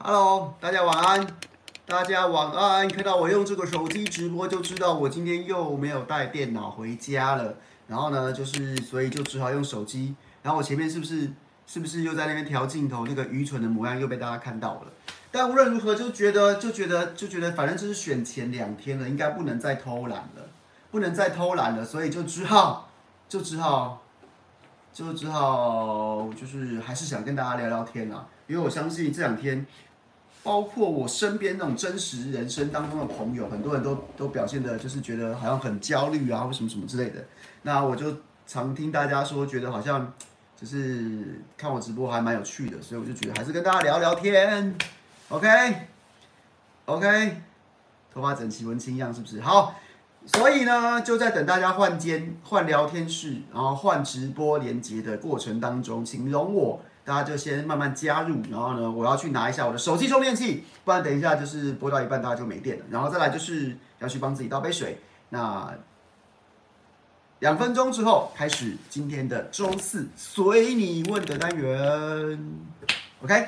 Hello，大家晚安，大家晚安。看到我用这个手机直播，就知道我今天又没有带电脑回家了。然后呢，所以就只好用手机。然后我前面是不是又在那边调镜头，那个愚蠢的模样又被大家看到了。但无论如何，就觉得，反正就是选前2天了，应该不能再偷懒了，不能再偷懒了，所以就只好就是还是想跟大家聊聊天啦，因为我相信这2天。包括我身边那种真实人生当中的朋友，很多人都表现的，就是觉得好像很焦虑啊，或什么什么之类的。那我就常听大家说，觉得好像就是看我直播还蛮有趣的，所以我就觉得还是跟大家聊聊天。OK， 头发整齐文青样是不是？好，所以呢，就在等大家换聊天室，然后换直播连接的过程当中，请容我。大家就先慢慢加入，然后呢，我要去拿一下我的手机充电器，不然等一下就是播到一半大家就没电了。然后再来就是要去帮自己倒杯水。那2分钟之后开始今天的周四随你问的单元 ，OK？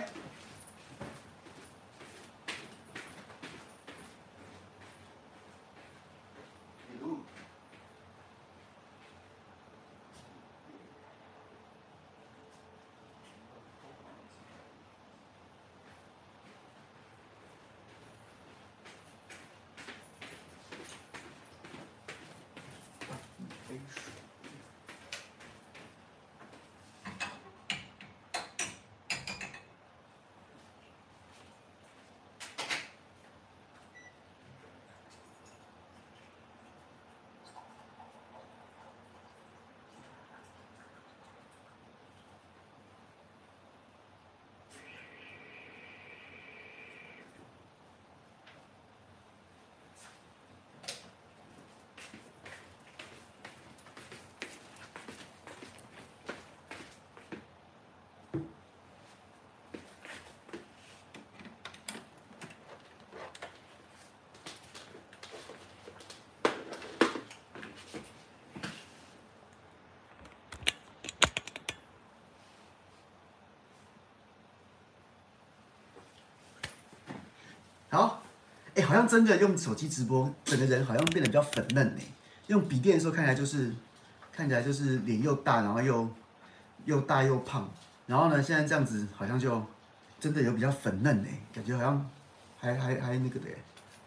好，好像真的用手机直播，整个人好像变得比较粉嫩呢。用笔电的时候看起来就是脸又大，然后又大又胖，然后呢，现在这样子好像就真的有比较粉嫩呢，感觉好像还那个的耶，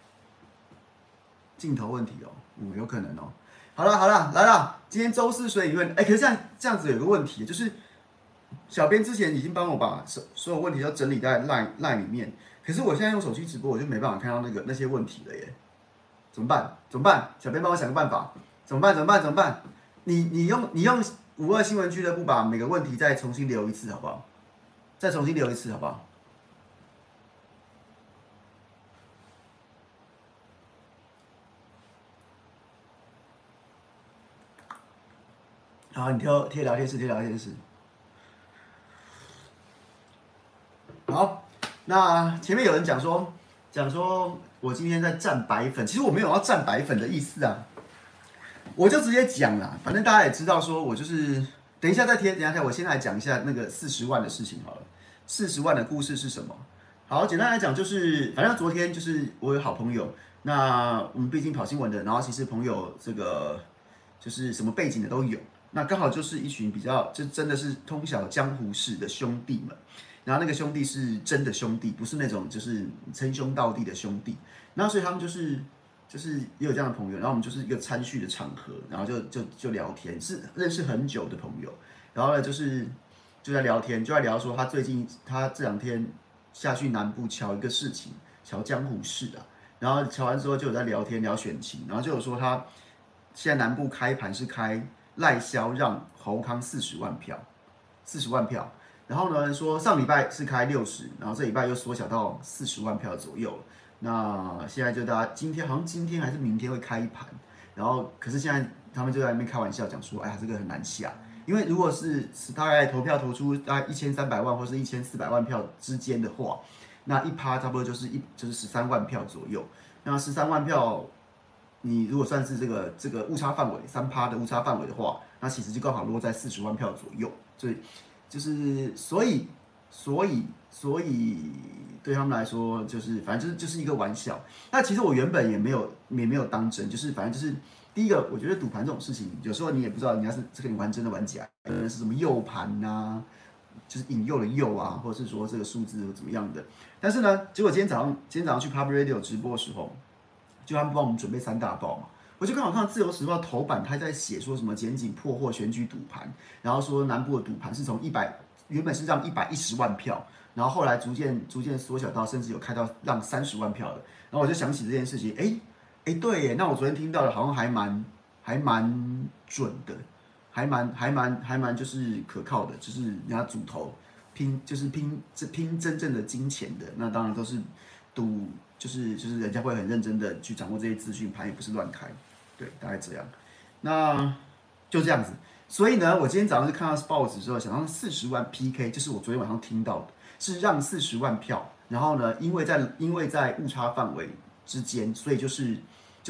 镜头问题哦，有可能哦。好了，来了，今天周四随你问，可是这样子有个问题，就是小编之前已经帮我把所有问题都整理在 line 里面。可是我现在用手机直播，我就没办法看到那些问题了耶，怎么办？小编帮我想个办法，怎么办？你用52新闻俱乐部把每个问题再重新留一次好不好？再重新留一次好不好？好，你贴聊天室。好，那前面有人讲说我今天在占白粉，其实我没有要占白粉的意思啊，我就直接讲啦，反正大家也知道，说我就是等一下再贴，我先来讲一下那个40万的事情好了。40万的故事是什么？好，简单来讲就是，反正昨天就是我有好朋友，那我们毕竟跑新闻的，然后其实朋友这个就是什么背景的都有，那刚好就是一群比较就真的是通晓江湖事的兄弟们。然后那个兄弟是真的兄弟，不是那种就是称兄道弟的兄弟。然后所以他们就是也有这样的朋友，然后我们就是一个餐叙的场合，然后就聊天，是认识很久的朋友。然后呢就在聊天，就在聊说他这2天下去南部瞧一个事情，瞧江湖事啊。然后瞧完之后就有在聊天聊选情，然后就有说他现在南部开盘是开赖萧让侯康40万票，40万票。然后呢，说上礼拜是开60，然后这礼拜又缩小到40万票左右。那现在就大家今天还是明天会开一盘，然后可是现在他们就在那边开玩笑讲说，哎呀这个很难下，因为如果是大概投票投出大概1300万或是1400万票之间的话，那1%差不多就是13万票左右。那13万票，你如果算是这个误差范围3%的误差范围的话，那其实就刚好落在40万票左右。所以就是所以对他们来说就是反正就是一个玩笑。那其实我原本也没有当真，就是反正就是第一个，我觉得赌盘这种事情，有时候你也不知道人家是这个你玩真的玩假，有人是什么诱盘呐，就是引诱的诱啊，或者是说这个数字怎么样的。但是呢，结果今天早上去 Pub Radio 直播的时候，就他们帮我们准备3大报嘛。我就刚好看到《自由时报》头版，他在写说什么检警破获选举赌盘，然后说南部的赌盘是从原本是让110万票，然后后来逐渐缩小到甚至有开到让30万票的。然后我就想起这件事情，对耶，那我昨天听到的好像还蛮准的，还蛮就是可靠的，就是人家主头拼真正的金钱的，那当然都是赌，就是人家会很认真的去掌握这些资讯，盘也不是乱开，对，大概这样。那就这样子。所以呢，我今天早上就看到报纸之后，想到40万 PK， 就是我昨天晚上听到的，是让40万票。然后呢，因为在误差范围之间，所以就是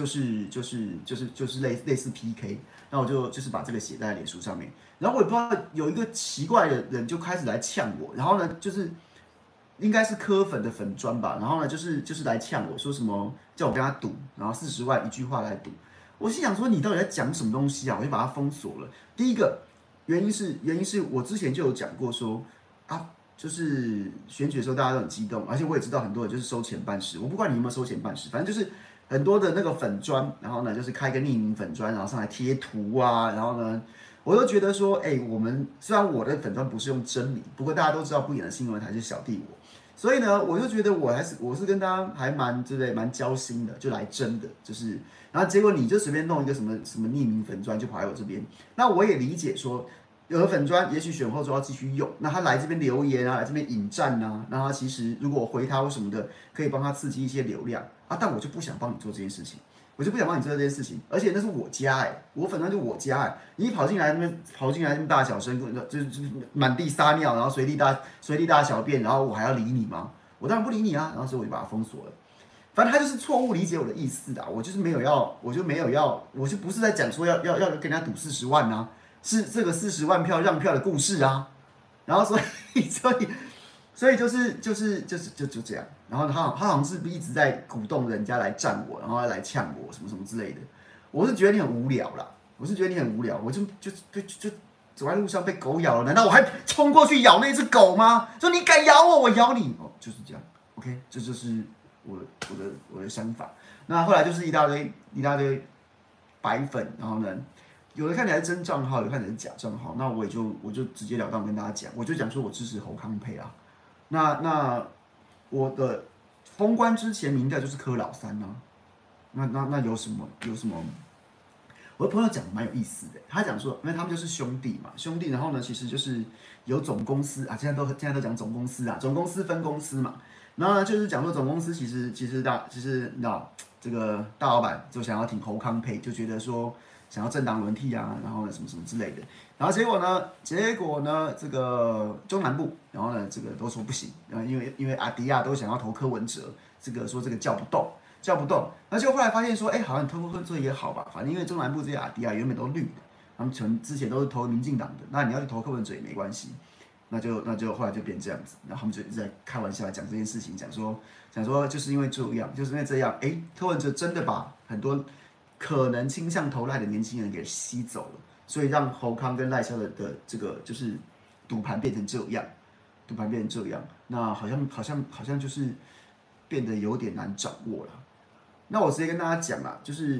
类似 PK。那我就是把这个写在脸书上面。然后我也不知道有一个奇怪的人就开始来呛我，然后呢，就是应该是柯粉的粉砖吧，然后呢，就是来呛我说什么叫我跟他赌，然后40万一句话来赌。我心想说你到底在讲什么东西啊？我就把它封锁了。第一个原因是我之前就有讲过说啊，就是选举的时候大家都很激动，而且我也知道很多人就是收钱办事。我不管你有没有收钱办事，反正就是很多的那个粉砖，然后呢就是开个匿名粉砖，然后上来贴图啊，然后呢我都觉得说，我们虽然我的粉砖不是用真名，不过大家都知道不演的新闻台是小弟我。所以呢，我就觉得我是跟大家还蛮对不对，蛮交心的，就来真的，就是，然后结果你就随便弄一个什么匿名粉砖就跑来我这边，那我也理解说，有的粉砖也许选后之后要继续用，那他来这边留言啊，来这边引战啊，那他其实如果我回他或什么的，可以帮他刺激一些流量啊，但我就不想帮你做这件事情。我就不想帮你做这件事情，而且那是我家我粉砖就我家你一跑进来那边大小声，就是满地撒尿，然后随地大小便，然后我还要理你吗？我当然不理你啊，然后所以我就把它封锁了。反正他就是错误理解我的意思啊，我就没有要，我就不是在讲说要跟人家赌40万啊，是这个40万票让票的故事啊，然后所以就这样，然后他好像是一直在鼓动人家来站我，然后来呛我什么之类的。我是觉得你很无聊啦，我就走在路上被狗咬了，难道我还冲过去咬那只狗吗？说你敢咬我，我咬你哦，就是这样。OK， 这就是我的想法。那后来就是一大堆白粉，然后呢，有的看起来是真账号，有的看起来是假账号。那我就直截了当跟大家讲，我就讲说我支持侯康配啊。那我的封关之前民调就是柯老三啊，那有什么？我的朋友讲的蛮有意思的，他讲说，因为他们就是兄弟嘛，然后呢，其实就是有总公司啊，现在都讲总公司啊，总公司分公司嘛，然后呢就是讲说总公司其实那这个大老板就想要挺侯康配，就觉得说想要政党轮替啊，然后呢什么之类的，然后结果呢这个中南部，然后呢这个都说不行，因为阿迪亚都想要投柯文哲，这个说这个叫不动，而且后来发现说，好像投柯文哲也好吧，反正因为中南部这些阿迪亚原本都绿的，他们之前都是投民进党的，那你要去投柯文哲也没关系，那就后来就变这样子，然后他们就一直在开玩笑讲这件事情，讲说就是因为这样，柯文哲真的把很多可能倾向投赖的年轻人给吸走了，所以让侯康跟赖萧的这个就是赌盘变成这样，那好像就是变得有点难掌握了。那我直接跟大家讲啦，就是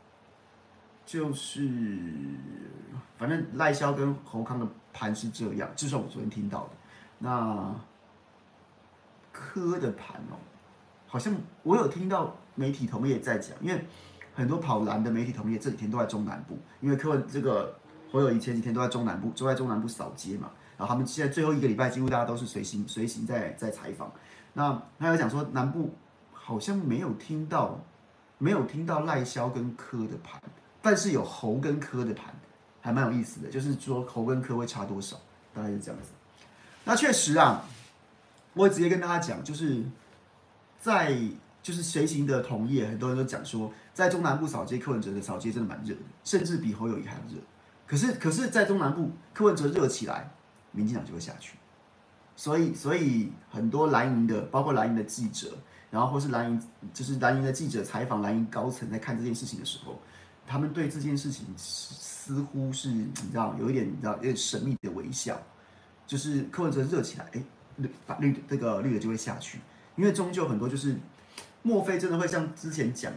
反正赖萧跟侯康的盘是这样，至少我昨天听到的。那柯的盘好像我有听到媒体同业在讲，因为很多跑蓝的媒体同业这几天都在中南部，因为柯文这个侯友宜前几天都在中南部扫街嘛，然后他们现在最后一个礼拜几乎大家都是随行在采访。那他有讲说南部好像没有听到赖萧跟柯的盘，但是有侯跟柯的盘，还蛮有意思的，就是说侯跟柯会差多少，大概是这样子。那确实啊，我也直接跟大家讲，就是随行的同业，很多人都讲说，在中南部扫街，柯文哲的扫街真的蛮热的，甚至比侯友宜还要热。可是，在中南部柯文哲热起来，民进党就会下去。 所以很多蓝营的，包括蓝营的记者，然后或是蓝营的记者采访蓝营高层在看这件事情的时候，他们对这件事情似乎是你知道有一点神秘的微笑，就是柯文哲热起来，把这个绿的就会下去，因为终究很多就是莫非真的会像之前讲的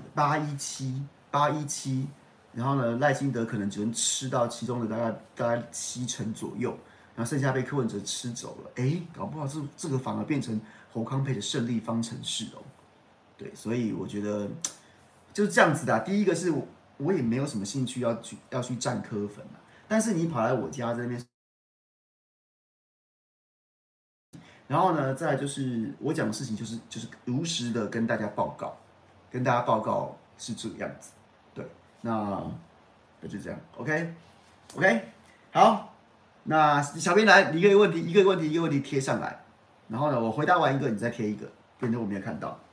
817，然后呢赖清德可能只能吃到其中的大概7成左右。然后剩下被柯文哲吃走了，搞不好这个反而变成侯康配的胜利方程式哦。对，所以我觉得就是这样子的。第一个是我也没有什么兴趣要去占柯粉啊，但是你跑来我家这边，然后呢，再来就是我讲的事情就是如实的跟大家报告是这个样子。对，那就这样 ，OK， 好。那小编来，一个问题贴上来，然后呢，我回答完一个，你再贴一个，变成我没有看到。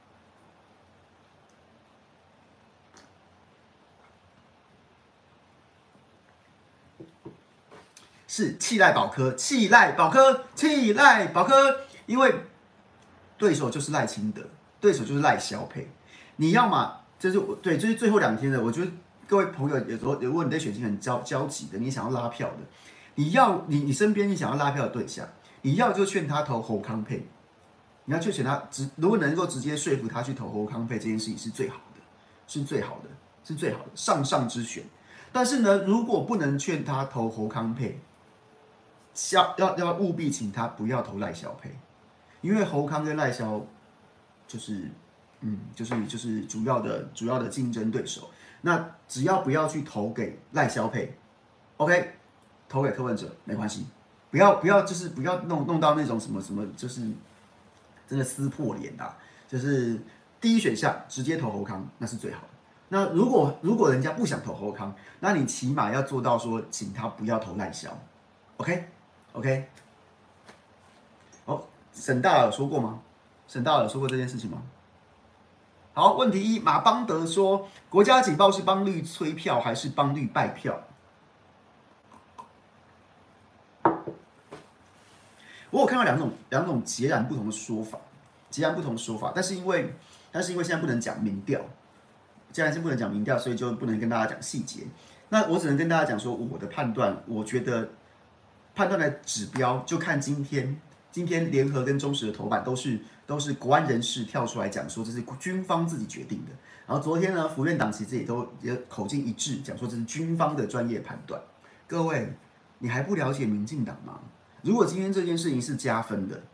是气赖保科，因为对手就是赖清德，对手就是赖萧配，你要嘛，这是最后2天的，我觉得各位朋友有时候如果你对选情很焦急的，你想要拉票的。你身边你想要拉票的对象，你要就劝他投侯康配，你要去劝他如果能够直接说服他去投侯康配，这件事情是最好的，上之选。但是呢，如果不能劝他投侯康配，要务必请他不要投赖萧配，因为侯康跟赖萧就是主要的竞争对手。那只要不要去投给赖萧配 ，OK。投给柯文哲没关系，不要弄到那种什么，就是真的撕破脸的，就是第一选项直接投侯康，那是最好的。那如果人家不想投侯康，那你起码要做到说，请他不要投赖萧 ，OK。哦，沈大佬有说过吗？沈大佬有说过这件事情吗？好，问题1，马邦德说，国家警报是帮绿催票还是帮绿败票？我有看到两种截然不同的说法，但是因为现在不能讲民调，既然是不能讲民调，所以就不能跟大家讲细节。那我只能跟大家讲说我的判断，我觉得判断的指标就看今天联合跟中时的头版都是国安人士跳出来讲说这是军方自己决定的。然后昨天呢，府院党其实也口径一致讲说这是军方的专业判断。各位，你还不了解民进党吗？如果今天这件事情是加分的，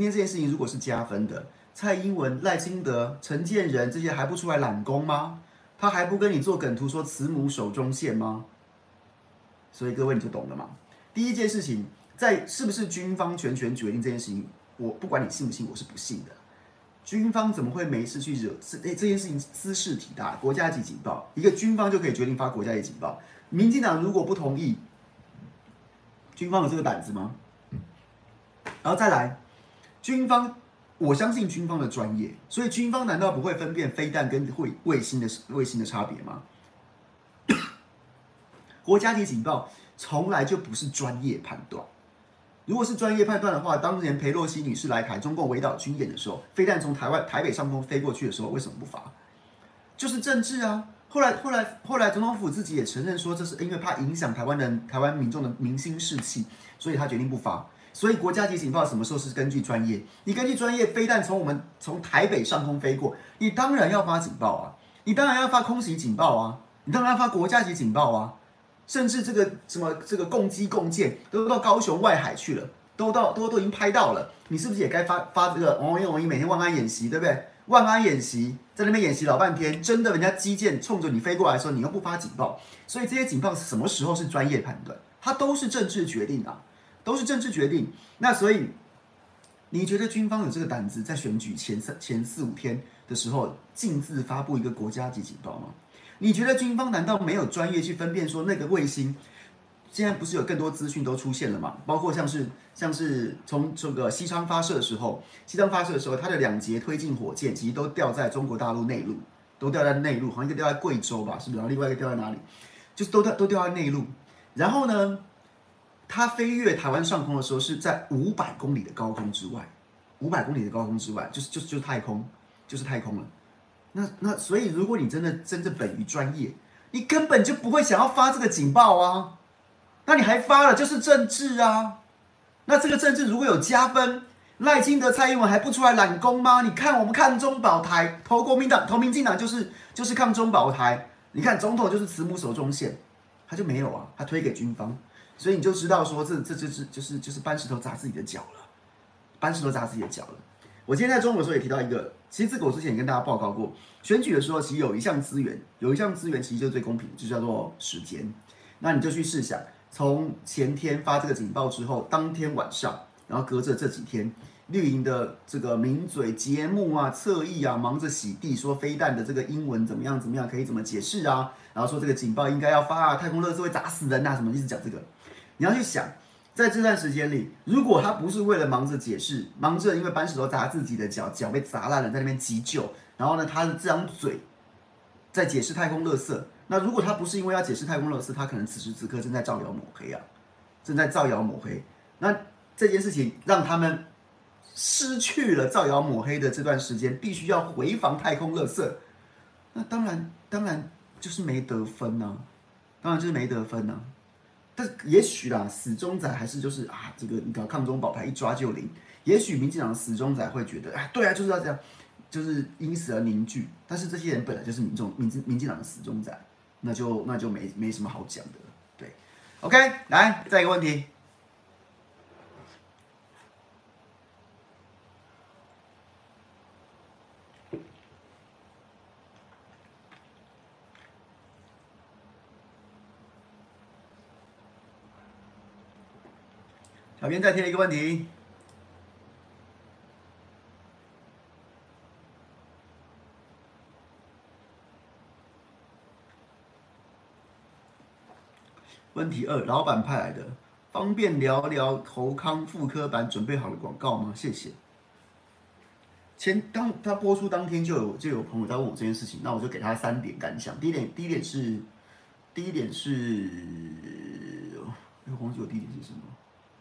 蔡英文、赖清德、陈建仁这些还不出来揽功吗？他还不跟你做梗图说慈母手中线吗？所以各位你就懂了嘛。第一件事情，在是不是军方全权决定这件事情，我不管你信不信，我是不信的。军方怎么会没事去惹？这件事情兹事体大，国家级警报，一个军方就可以决定发国家级警报。民进党如果不同意，军方有这个胆子吗？然后再来，我相信军方的专业，所以军方难道不会分辨飞弹跟卫星的差别吗？国家级警报从来就不是专业判断。如果是专业判断的话，当年裴洛西女士来台，中共围岛军演的时候，飞弹从台北上空飞过去的时候，为什么不发？就是政治啊。后来总统府自己也承认说，这是因为怕影响台湾民众的民心士气，所以他决定不发。所以国家级警报什么时候是根据专业？你根据专业，飞弹从台北上空飞过，你当然要发警报啊，你当然要发空袭警报啊，你当然要发国家级警报啊，甚至这个共机共建都到高雄外海去了，都已经拍到了，你是不是也该发这个每天万安演习，对不对？万安演习在那边演习老半天，真的人家机舰冲着你飞过来的时候，你又不发警报，所以这些警报什么时候是专业判断？它都是政治决定啊。都是政治决定，那所以你觉得军方有这个胆子在选举前4-5天的时候径自发布一个国家级警报吗？你觉得军方难道没有专业去分辨说那个卫星？现在不是有更多资讯都出现了嘛？包括像是从这个西昌发射的时候，它的2节推进火箭其实都掉在中国大陆内陆，好像一个掉在贵州吧，是不是？然后另外一个掉在哪里？就是都掉在内陆。然后呢？ 它飞越台湾上空的时候是在500公里的高空之外，500公里的高空之外，就是太空，就是太空了。那所以，如果你真正本于专业，你根本就不会想要发这个警报啊。那你还发了，就是政治啊。那这个政治如果有加分，赖清德、蔡英文还不出来揽功吗？你看我们抗中保台，投国民党、投民进党就是抗中保台。你看总统就是慈母手中线，他就没有啊，他推给军方，所以你就知道说这就是搬石头砸自己的脚了，搬石头砸自己的脚了。我今天在中午的时候也提到一个，其实这个我之前也跟大家报告过，选举的时候其实有一项资源其实就是最公平的，就叫做时间。那你就去试想，从前天发这个警报之后，当天晚上，然后隔着这几天，绿营的这个名嘴节目啊、侧翼啊，忙着洗地，说飞弹的这个英文怎么样，可以怎么解释啊，然后说这个警报应该要发啊，太空垃圾会砸死人啊，什么一直讲这个，你要去想。在这段时间里，如果他不是为了忙着解释，忙着因为搬石头砸自己的脚，脚被砸烂了，在那边急救，然后呢，他的这张嘴在解释太空垃圾。那如果他不是因为要解释太空垃圾，他可能此时此刻正在造谣抹黑啊，正在造谣抹黑。那这件事情让他们失去了造谣抹黑的这段时间，必须要回防太空垃圾。那当然就是没得分啊，当然就是没得分啊。但也许啦，死忠仔还是就是啊，这个你搞抗中保台一抓就灵。也许民进党的死忠仔会觉得，啊，对啊，就是要这样，就是因此而凝聚。但是这些人本来就是民进党的死忠仔，那就没什么好讲的了。对 ，OK， 来再一个问题。小编再贴一个问题。问题2，老板派来的，方便聊聊侯康复刻版准备好的广告吗？谢谢。当他播出当天就有朋友在问我这件事情，那我就给他3点感想。第一点是，我忘记我第一点是什么。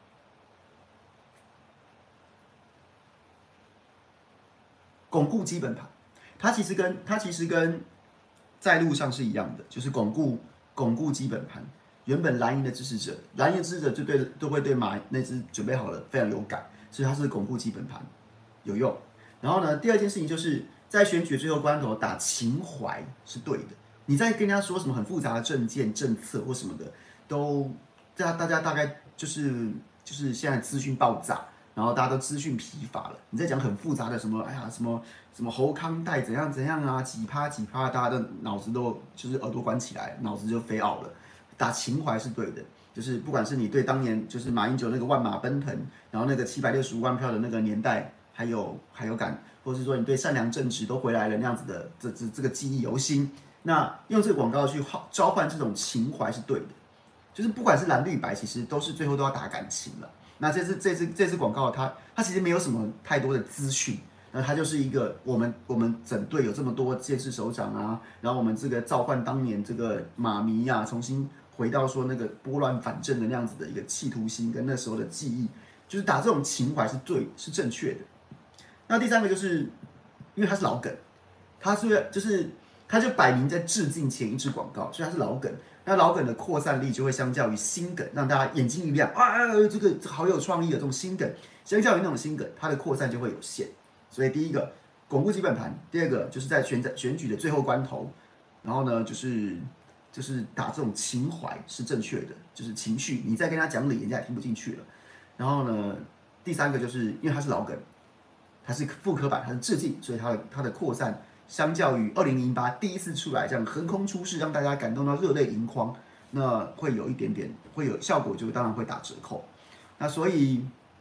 巩固基本盘，它其实跟在路上是一样的，就是巩固基本盘。原本蓝营的支持者就都会对马那支准备好了非常有感，所以它是巩固基本盘有用。然后呢，第二件事情就是在选举最后关头打情怀是对的。你在跟人家说什么很复杂的政见、政策或什么的，都大家大概就是现在资讯爆炸。然后大家都资讯疲乏了，你在讲很复杂的什么，哎呀，什么侯康贷怎样啊，几趴，大家的脑子都就是耳朵关起来，脑子就飞奥了。打情怀是对的，就是不管是你对当年就是马英九那个万马奔腾，然后那个765万票的那个年代还有感，或者是说你对善良正直都回来了那样子的这个记忆犹新，那用这个广告去召唤这种情怀是对的，就是不管是蓝绿白，其实都是最后都要打感情了。那这次广告它其实没有什么太多的资讯，那它就是一个我们整队有这么多县市首长啊，然后我们这个召唤当年这个马迷啊，重新回到说那个拨乱反正的那样子的一个企图心跟那时候的记忆，就是打这种情怀是正确的。那第3个就是因为它是老梗，它就摆明在致敬前一支广告，所以它是老梗。那老梗的扩散力就会相较于新梗，让大家眼睛一亮啊，这个好有创意的这种新梗，相较于那种新梗，它的扩散就会有限。所以第一个巩固基本盘，第2个就是在选举的最后关头，然后呢就是打这种情怀是正确的，就是情绪，你再跟他讲理，人家也听不进去了。然后呢，第3个就是因为它是老梗，它是复刻版，它是致敬，所以它的扩散。相较于2008第一次出来这样横空出世，让大家感动到热泪盈眶，那会有一点点会有效果，就当然会打折扣。那所以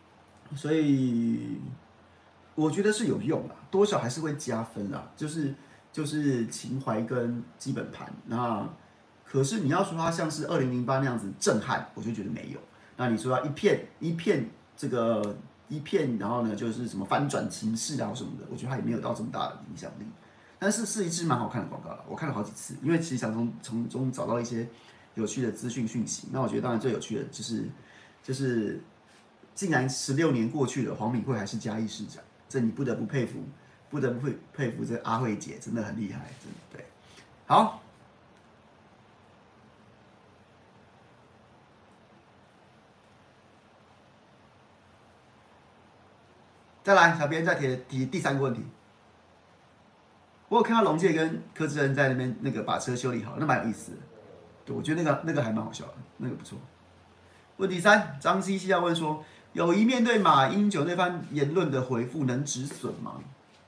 我觉得是有用啦，多少还是会加分啦，就是情怀跟基本盘。那可是你要说它像是2008那样子震撼，我就觉得没有。那你说要一片这个一片，然后呢就是什么翻转情势啊什么的，我觉得它也没有到这么大的影响力。但是一支蛮好看的广告啦，我看了好几次，因为其实想从中找到一些有趣的资讯讯息。那我觉得当然最有趣的就是就是竟然16年过去了，黄敏惠还是嘉义市长，这你不得不佩服，不得不佩服这阿慧姐真的很厉害，真的对。好。再来，小编再提第3个问题。我有看到龙介跟柯志恩在那边把车修理好，那蛮有意思的。对，我觉得那个还蛮好笑的，那个不错。问题3，张西西要问说，友谊面对马英九那番言论的回复能止损吗？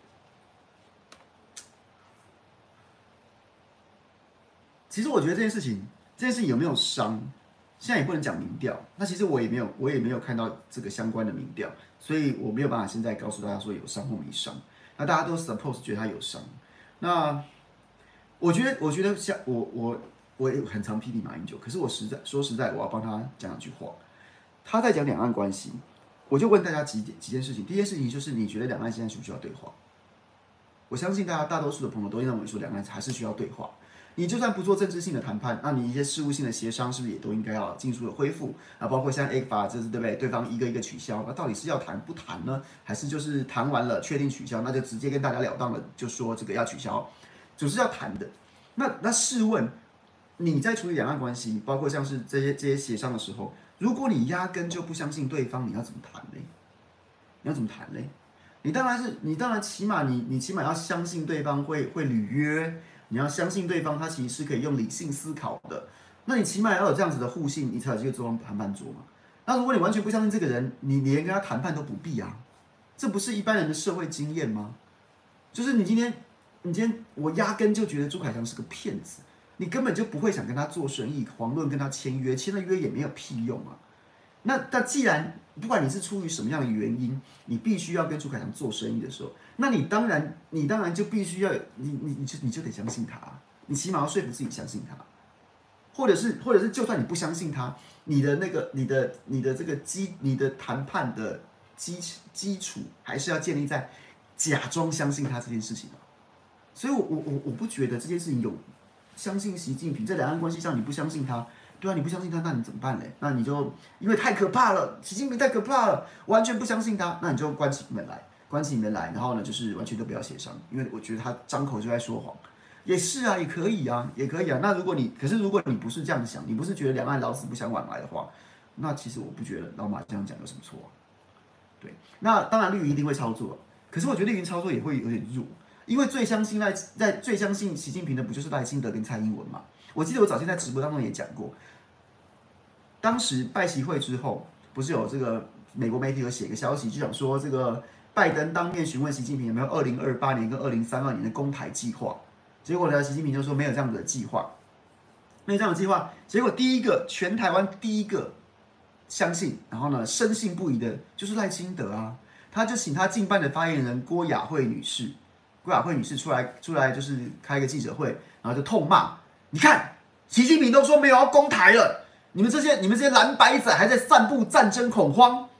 其实我觉得这件事情有没有伤，现在也不能讲民调。那其实我也没有看到这个相关的民调，所以我没有办法现在告诉大家说有伤或没伤。那大家都 suppose 觉得他有伤。那我觉得像我也很常批评马英九，可是说实在，我要帮他讲2句话。他在讲两岸关系，我就问大家几件事情。第一件事情就是，你觉得两岸现在需不需要对话？我相信大多数的朋友都认为说，两岸还是需要对话。你就算不做政治性的谈判，那你一些事务性的协商，是不是也都应该要尽速的恢复啊？包括像 A 法，这是对不对？对方一个一个取消，那到底是要谈不谈呢？还是就是谈完了确定取消，那就直接跟大家了当了，就说这个要取消，总是要谈的。那试问，你在处理两岸关系，包括像是这些协商的时候，如果你压根就不相信对方，你要怎么谈呢？你要怎么谈呢？你当然起码你起码要相信对方会履约。你要相信对方，他其实是可以用理性思考的。那你起码要有这样子的互信，你才有机会坐上谈判桌嘛。那如果你完全不相信这个人，你连跟他谈判都不必啊，这不是一般人的社会经验吗？就是你今天我压根就觉得朱凯翔是个骗子，你根本就不会想跟他做生意，遑论跟他签约，签了约也没有屁用啊。那既然不管你是出于什么样的原因，你必须要跟朱凯翔做生意的时候，那你当然就必须要你就得相信他，你起码要说服自己相信他，或者是就算你不相信他，你的这个你的谈判的基础还是要建立在假装相信他这件事情。所以我不觉得这件事情有相信习近平在两岸关系上你不相信他。对啊，你不相信他，那你怎么办嘞？那你就因为太可怕了，习近平太可怕了，完全不相信他，那你就关起门来，然后呢，就是完全都不要协商，因为我觉得他张口就在说谎。也是啊，也可以啊。那如果你不是这样想，你不是觉得两岸老死不相往来的话，那其实我不觉得老马这样讲有什么错啊。对，那当然绿营一定会操作，可是我觉得绿营操作也会有点弱，因为最相信习近平的不就是赖清德跟蔡英文嘛？我记得我早前在直播当中也讲过。当时拜习会之后，不是有这个美国媒体有写个消息，就想说这个拜登当面询问习近平有没有2028年跟2032年的攻台计划，结果呢，习近平就说没有这样的计划，没有这样的计划。结果全台湾第一个相信，然后呢深信不疑的就是赖清德啊，他就请他近办的发言人郭雅慧女士出来就是开个记者会，然后就痛骂，你看习近平都说没有要攻台了。你们这些蓝白仔还在散布战争恐慌，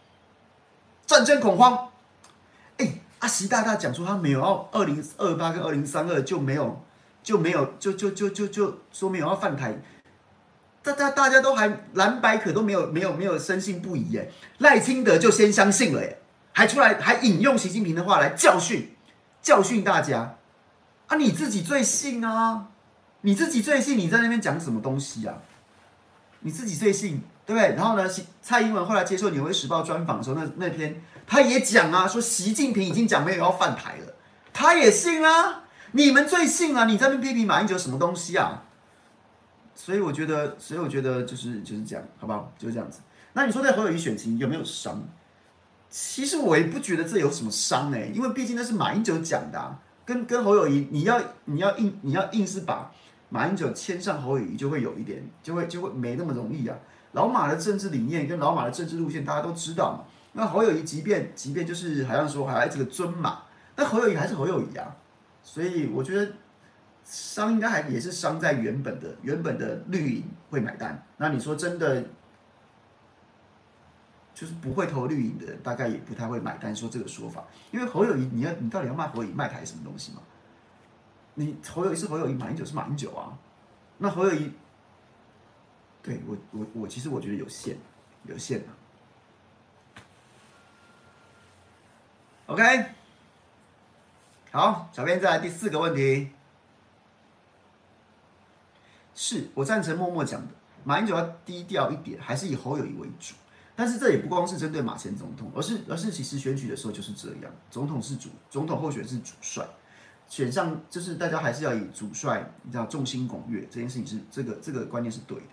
习大大讲说他没有要2028跟2032就没有说没有要犯台，大家都还蓝白可都没有深信不疑耶，赖清德就先相信了耶，还出来还引用习近平的话来教训大家啊，你自己最信啊，你在那边讲什么东西啊？你自己最信，对不对？然后呢，蔡英文后来接受《纽约时报》专访的时候，那篇他也讲啊，说习近平已经讲没有要犯台了，他也信啊，你们最信啊，你在那边批评马英九什么东西啊？所以我觉得就是这样，好不好？就是这样子。那你说在侯友宜选情有没有伤？其实我也不觉得这有什么伤因为毕竟那是马英九讲的啊，跟侯友宜，你要硬是把马英九牵上侯友宜，就会有一点，就会没那么容易啊。老马的政治理念跟老马的政治路线，大家都知道嘛。那侯友宜即便就是好像说还这个尊马，但侯友宜还是侯友宜啊。所以我觉得伤应该也是伤在原本的绿营会买单。那你说真的，就是不会投绿营的人，大概也不太会买单说这个说法，因为侯友宜，你到底要骂侯友宜卖台什么东西吗？你侯友宜是侯友宜，马英九是马英九啊。那侯友宜，对我其实我觉得有限啊。 OK，好，小编再来第4个问题。是我赞成默默讲的，马英九要低调一点，还是以侯友宜为主。但是这也不光是针对马前总统，而是其实选举的时候就是这样，总统候选是主帅，选上就是大家还是要以主帅，你知道众星拱月这件事情是这个观念是对的。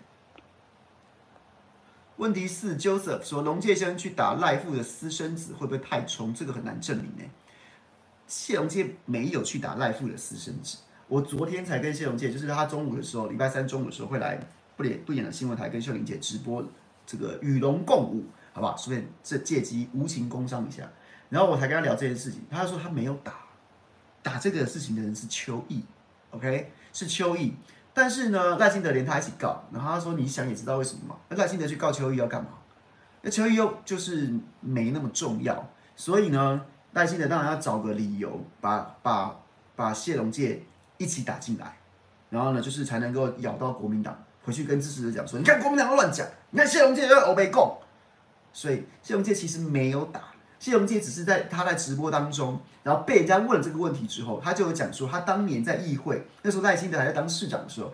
问题4 ，Joseph 说龙介先生去打赖富的私生子会不会太冲？这个很难证明呢。谢龙介没有去打赖富的私生子。我昨天才跟谢龙介，就是他中午的时候，礼拜3中午的时候会来不演的新闻台跟秀玲姐直播这个与龙共舞，好不好？顺便这借机无情工商一下。然后我才跟他聊这件事情，他说他没有打这个事情的人是邱毅 ，OK， 是邱毅。但是呢，赖清德连他一起告，然后他说你想也知道为什么嘛？那赖清德去告邱毅要干嘛？那邱毅又就是没那么重要，所以呢，赖清德当然要找个理由把谢龙介一起打进来，然后呢，就是才能够咬到国民党，回去跟支持者讲说，你看国民党都乱讲，你看谢龙介又欧北共，所以谢龙介其实没有打，谢龙介只是他在直播当中，然后被人家问了这个问题之后，他就有讲说，他当年在议会，那时候赖清德还在当市长的时候，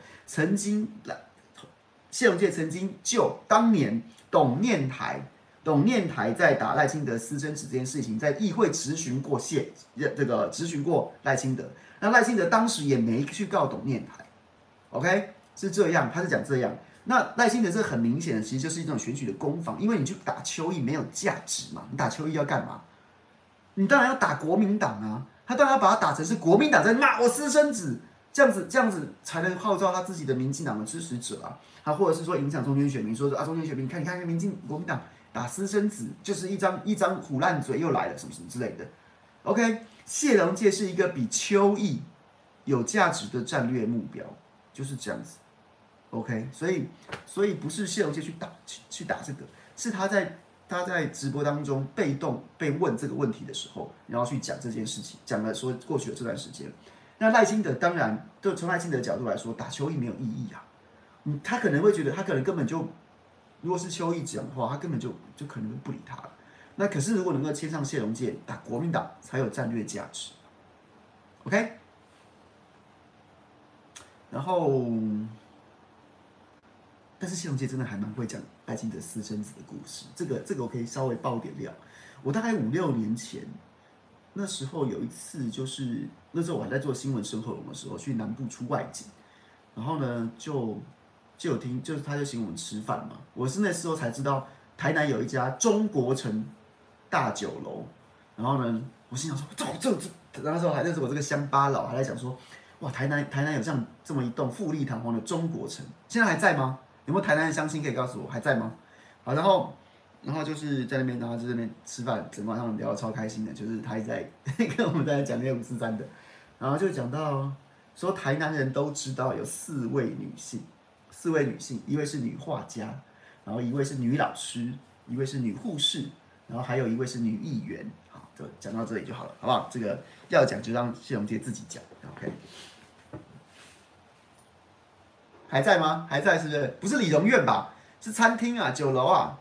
谢龙介曾经就当年董念台在打赖清德私生子这件事情，在议会质询过赖清德。那赖清德当时也没去告董念台 ，OK， 是这样，他是讲这样。那赖清德这很明显的，其实就是一种选举的攻防，因为你去打邱毅没有价值嘛，你打邱毅要干嘛？你当然要打国民党啊，他当然要把他打成是国民党在骂我私生子，这样子才能号召他自己的民进党的支持者啊，他或者是说影响中间选民，说中间选民，你看国民党打私生子，就是一张虎烂嘴又来了，什么之类的。OK。谢龙介是一个比邱毅有价值的战略目标，就是这样子。OK， 所以不是谢龙介去打这个，是他在直播当中被动被问这个问题的时候，然后去讲这件事情，讲了说过去的这段时间。那赖清德当然，就从赖清德的角度来说，打邱毅没有意义啊。他可能会觉得，他可能根本就，如果是邱毅讲的话，他根本就可能会不理他了。那可是如果能够牵上谢龙介打国民党，才有战略价值。OK， 然后，但是谢龙介真的还蛮会讲赖清德私生子的故事，这个我可以稍微爆点料。我大概5、6年前，那时候有一次，就是那时候我还在做新闻深合龙的时候，去南部出外景，然后呢就有听，就是他就请我们吃饭嘛。我是那时候才知道，台南有一家中国城大酒楼，然后呢，我心想说，那时候还认识我这个乡巴佬，还在讲说，哇，台南有这么一栋富丽堂皇的中国城，现在还在吗？有没有台南的乡亲可以告诉我还在吗？好，然后就是在那边，然后在那边吃饭，整晚上聊得超开心的，就是他一直在跟我们在讲那些543的，然后就讲到说台南人都知道有4位女性，一位是女画家，然后一位是女老师，一位是女护士。然后还有一位是女议员，好，就讲到这里就好了，好不好？这个要讲就让谢龙介自己讲 ，OK。还在吗？还在是不是？不是理容院吧？是餐厅啊，酒楼啊。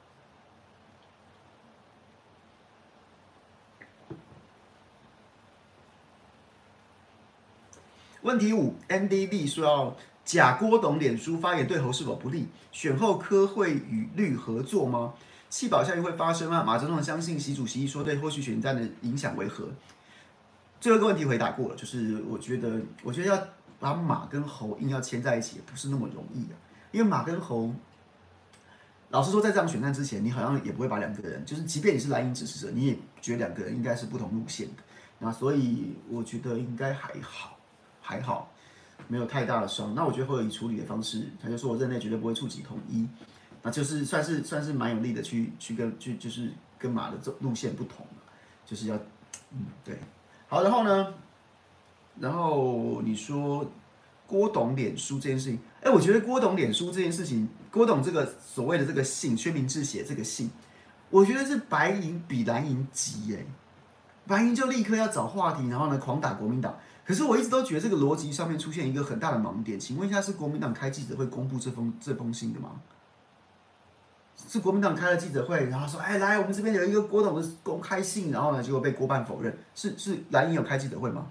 问题5 ，NDV 说要假郭董脸书发言对侯是否不利？选后科会与绿合作吗？弃保效应会发生吗？马总统相信习主席说对后续选战的影响为何？最后一个问题回答过了，就是我觉得要把马跟猴硬要牵在一起，也不是那么容易的，因为马跟猴，老实说，在这场选战之前，你好像也不会把2个人，就是即便你是蓝营支持者，你也觉得2个人应该是不同路线的，那所以我觉得应该还好，没有太大的伤。那我觉得侯友宜处理的方式，他就说我任内绝对不会触及统一。那就是算是蛮有力的就是跟马的路线不同，就是要对，好，然后你说郭董脸书这件事情，我觉得郭董脸书这件事情，郭董这个所谓的这个信，薛明志写这个信，我觉得是白银比蓝银急白银就立刻要找话题，然后呢狂打国民党。可是我一直都觉得这个逻辑上面出现一个很大的盲点，请问一下，是国民党开记者会公布这封信的吗？ 是国民党开了记者会，然后说，哎，来，我们这边有一个郭董的公开信，然后呢，结果被郭办否认。是蓝营有开记者会吗？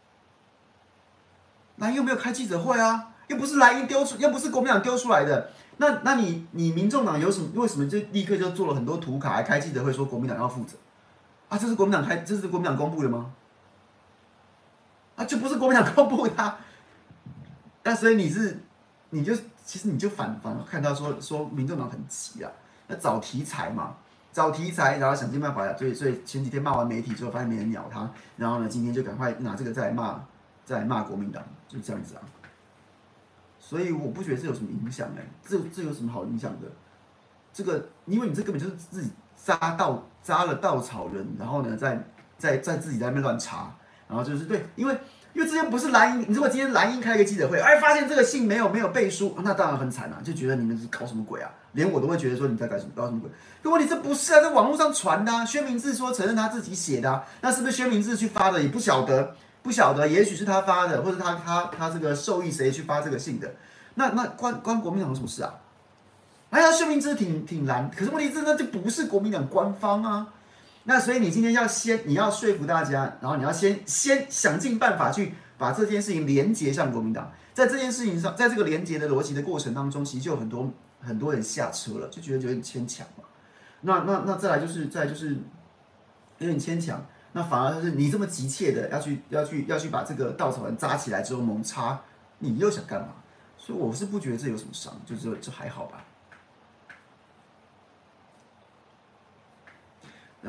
蓝营又没有开记者会啊，又不是蓝营丢出，又不是国民党丢出来的。那你民众党有什么？为什么就立刻就做了很多图卡，还开记者会说国民党要负责？啊，这是国民党这是国民党公布的吗？啊，就不是国民党公布的、啊。那所以其实你就反而看到说民众党很急啊，那找题材嘛，找题材，然后想尽办法，所以前几天骂完媒体之后，发现没人鸟他，然后呢，今天就赶快拿这个再来骂国民党，就这样子啊。所以我不觉得这有什么影响这有什么好影响的？这个因为你这根本就是自己扎了稻草人，然后呢，在自己在那边乱查，然后就是对，因为这些不是蓝营，你如果今天蓝营开一个记者会，哎，发现这个信没有背书，那当然很惨啊，就觉得你们是搞什么鬼啊？连我都会觉得说你在搞什么鬼。可问题这不是啊，在网络上传的、啊，薛明志说承认他自己写的、啊，那是不是薛明志去发的？也不晓得，也许是他发的，或者他这个授意谁去发这个信的？那关国民党有什么事啊？哎呀，薛明志挺蓝，可是问题是那就不是国民党官方啊。那所以你今天你要说服大家，然后你要先想尽办法去把这件事情连结上国民党。在这件事情上，在这个连结的逻辑的过程当中，其实就有很多人下车了，就觉得有点牵强嘛。那再来就是有点牵强，那反而就是你这么急切的要去把这个稻草人扎起来之后猛插，你又想干嘛？所以我是不觉得这有什么伤，就还好吧。然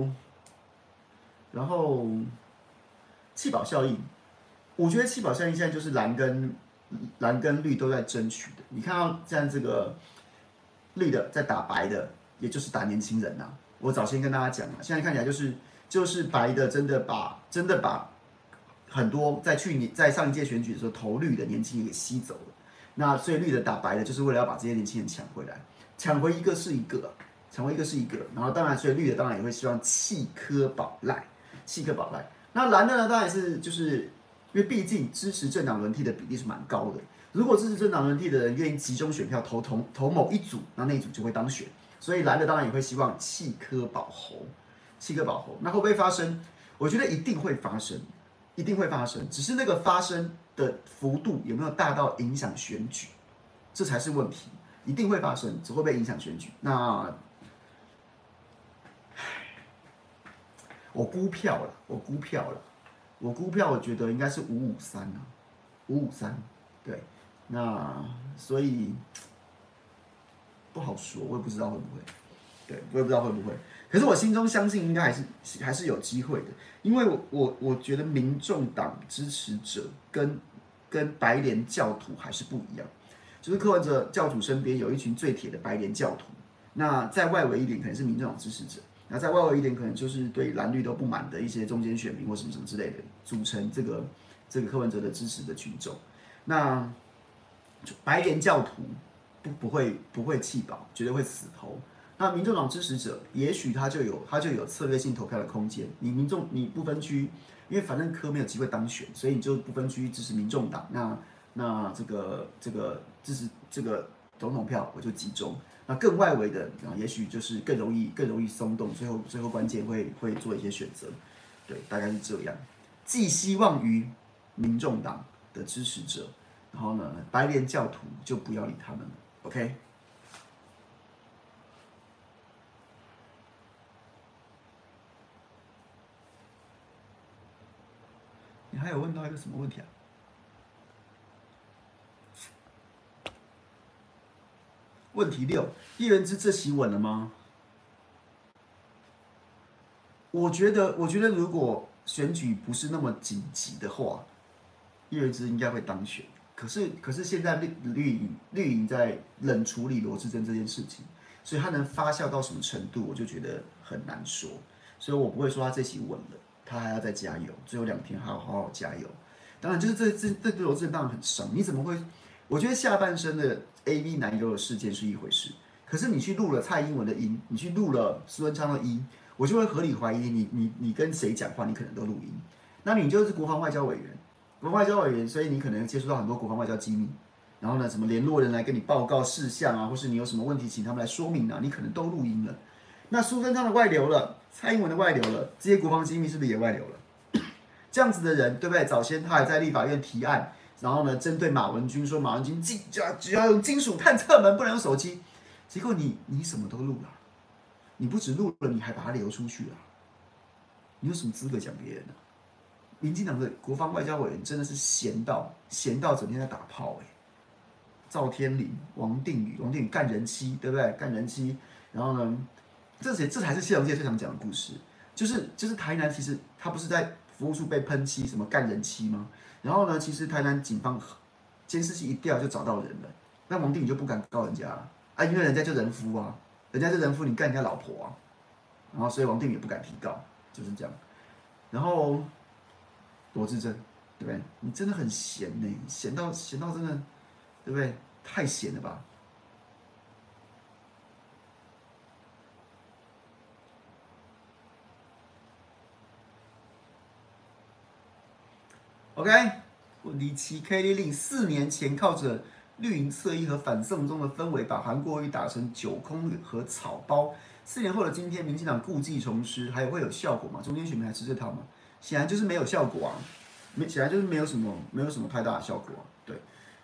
后弃保效应，我觉得弃保效应现在就是蓝跟绿都在争取的。你看到现在这个绿的在打白的，也就是打年轻人呐、啊。我早先跟大家讲了，现在看起来就是白的真的把很多在上一届选举的时候投绿的年轻人给吸走了。那所以绿的打白的，就是为了要把这些年轻人抢回来，抢回一个是一个。然后当然，所以绿的当然也会希望弃科保赖。那蓝的呢，当然是就是因为毕竟支持政党轮替的比例是蛮高的。如果支持政党轮替的人愿意集中选票投某一组，那一组就会当选。所以蓝的当然也会希望弃科保侯。那会不会发生？我觉得一定会发生，只是那个发生的幅度有没有大到影响选举，这才是问题。一定会发生，只会被影响选举。那我估票了，我觉得应该是553啊，553，对，那所以不好说，我也不知道会不会，可是我心中相信应该还是有机会的，因为我觉得民众党支持者跟白莲教徒还是不一样，就是柯文哲教主身边有一群最铁的白莲教徒，那在外围一点可能是民众党支持者。那在外围一点，可能就是对蓝绿都不满的一些中间选民或什么之类的，组成这个柯文哲的支持的群众。那白莲教徒不会弃保，绝对会死投。那民众党支持者，也许他就有策略性投票的空间。你不分区，因为反正柯没有机会当选，所以你就不分区支持民众党。那这个支持这个总统票我就集中。那更外围的也许就是更容易松动，最后关键会做一些选择，对，大概是这样。寄希望于民众党的支持者，然后呢，白莲教徒就不要理他们了 ，OK？ 你还有问到一个什么问题啊？问题6，叶元之这席稳了吗？我觉得如果选举不是那么紧急的话，叶元之应该会当选。可是现在绿营在冷处理罗志珍这件事情，所以他能发酵到什么程度，我就觉得很难说。所以我不会说他这席稳了，他还要再加油，最后2天还要好好加油。当然，就是这对罗志珍当然很伤。你怎么会？我觉得下半身的 AV 男优的事件是一回事，可是你去录了蔡英文的音，你去录了苏文昌的音，我就会合理怀疑你跟谁讲话，你可能都录音。那你就是国防外交委员，所以你可能接触到很多国防外交机密。 然后呢，什么联络人来跟你报告事项啊，或是你有什么问题，请他们来说明啊，你可能都录音了。那苏贞昌的外流了，蔡英文的外流了，这些国防机密是不是也外流了？这样子的人，对不对？早先他还在立法院提案，然后呢，针对马文君说马文君只要用金属探测门，不能用手机。结果你什么都录了，你不止录了，你还把它流出去了，你有什么资格讲别人呢？民进党的国防外交委员真的是闲到整天在打炮赵天麟、王定宇干人妻，对不对？干人妻，然后呢，这才是谢龙介最常讲的故事，就是台南其实他不是在服务处被喷漆什么干人妻吗？然后呢，其实台南警方监视器一调就找到人了，那王定宇就不敢告人家了啊，因为人家就人夫啊，人家就人夫，你干人家老婆啊，然后所以王定宇也不敢提告，就是这样。然后罗志珍，对不对？你真的很闲呢，闲到真的，对不对？太闲了吧？OK， 李奇 K 令4年前靠着绿营侧翼和反送中的氛围，把韩国瑜打成9空和草包。4年后的今天，民进党故技重施，还会有效果吗？中间选民还吃这套吗？显然就是没有效果啊，显然就是没有什么太大的效果啊。对，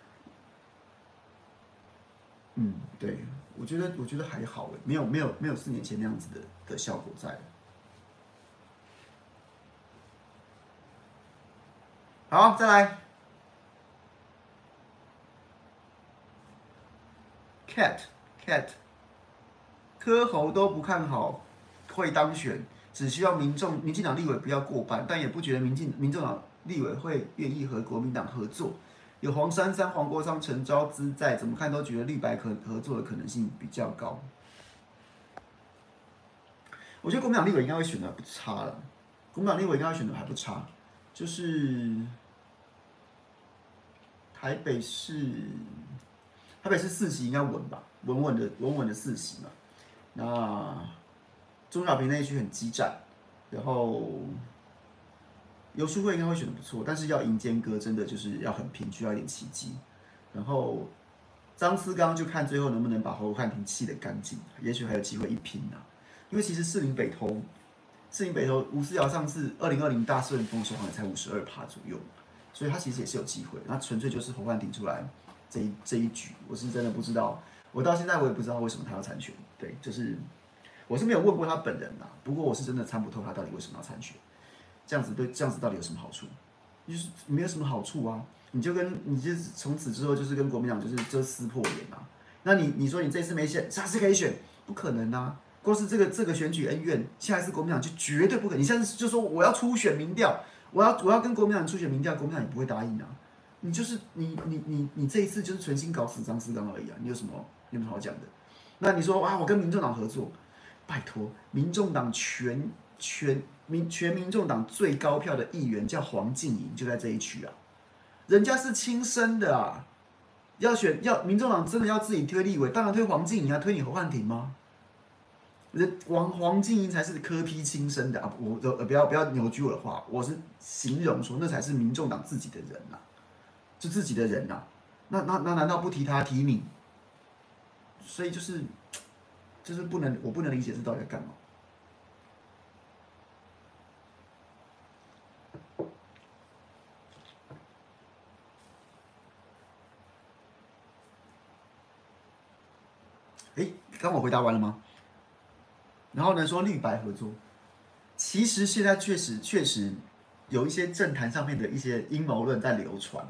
对，我觉得还好没有4年前那样子的效果在。好，再来 cat，柯侯都不看好会当选，只需要民进党立委不要过半，但也不觉得民众党立委会愿意和国民党合作。有黄珊珊、黄国昌、陈昭姿在，怎么看都觉得绿白合作的可能性比较高。我觉得国民党立委应该会选的不差了，国民党立委应该会选的还不差，就是台北市4席应该稳吧，稳稳的4席嘛。那钟小平那一区很激战，然后游淑慧应该会选的不错，但是要赢间隔真的就是要很拼，需要一点奇迹。然后张思刚就看最后能不能把侯汉廷气得干净，也许还有机会一拼啊。因为其实士林北投吴思瑶上次2020大顺风的时候好像才52%左右，所以他其实也是有机会。那纯粹就是侯汉廷出来这一局，我是真的不知道，我到现在我也不知道为什么他要参选。对，就是我是没有问过他本人啦，不过我是真的参不透他到底为什么要参选。这样子到底有什么好处？就是没有什么好处啊！你就从此之后就是跟国民党就是撕破脸啊！那你说你这次没选，下次可以选，不可能啊！光是这个选举恩怨，下一次国民党就绝对不可能。你现在就说我要初选民调，我要跟国民党初选民调，国民党也不会答应啊！你就是你这一次就是存心搞死张思刚而已啊！你有什么好讲的？那你说啊，我跟民众党合作，拜托，民众党全民众党最高票的议员叫黄静莹，就在这一区啊，人家是亲生的啊，要民众党真的要自己推立委，当然推黄静莹啊，推你侯汉廷吗？黄静莹才是柯 P 亲生的啊！我不要扭曲我的话，我是形容说那才是民众党自己的人啊，就自己的人啊，那难道不提他提你？所以就是我不能理解这到底在干嘛。刚我回答完了吗？然后呢，说绿白合作，其实现在确实有一些政坛上面的一些阴谋论在流传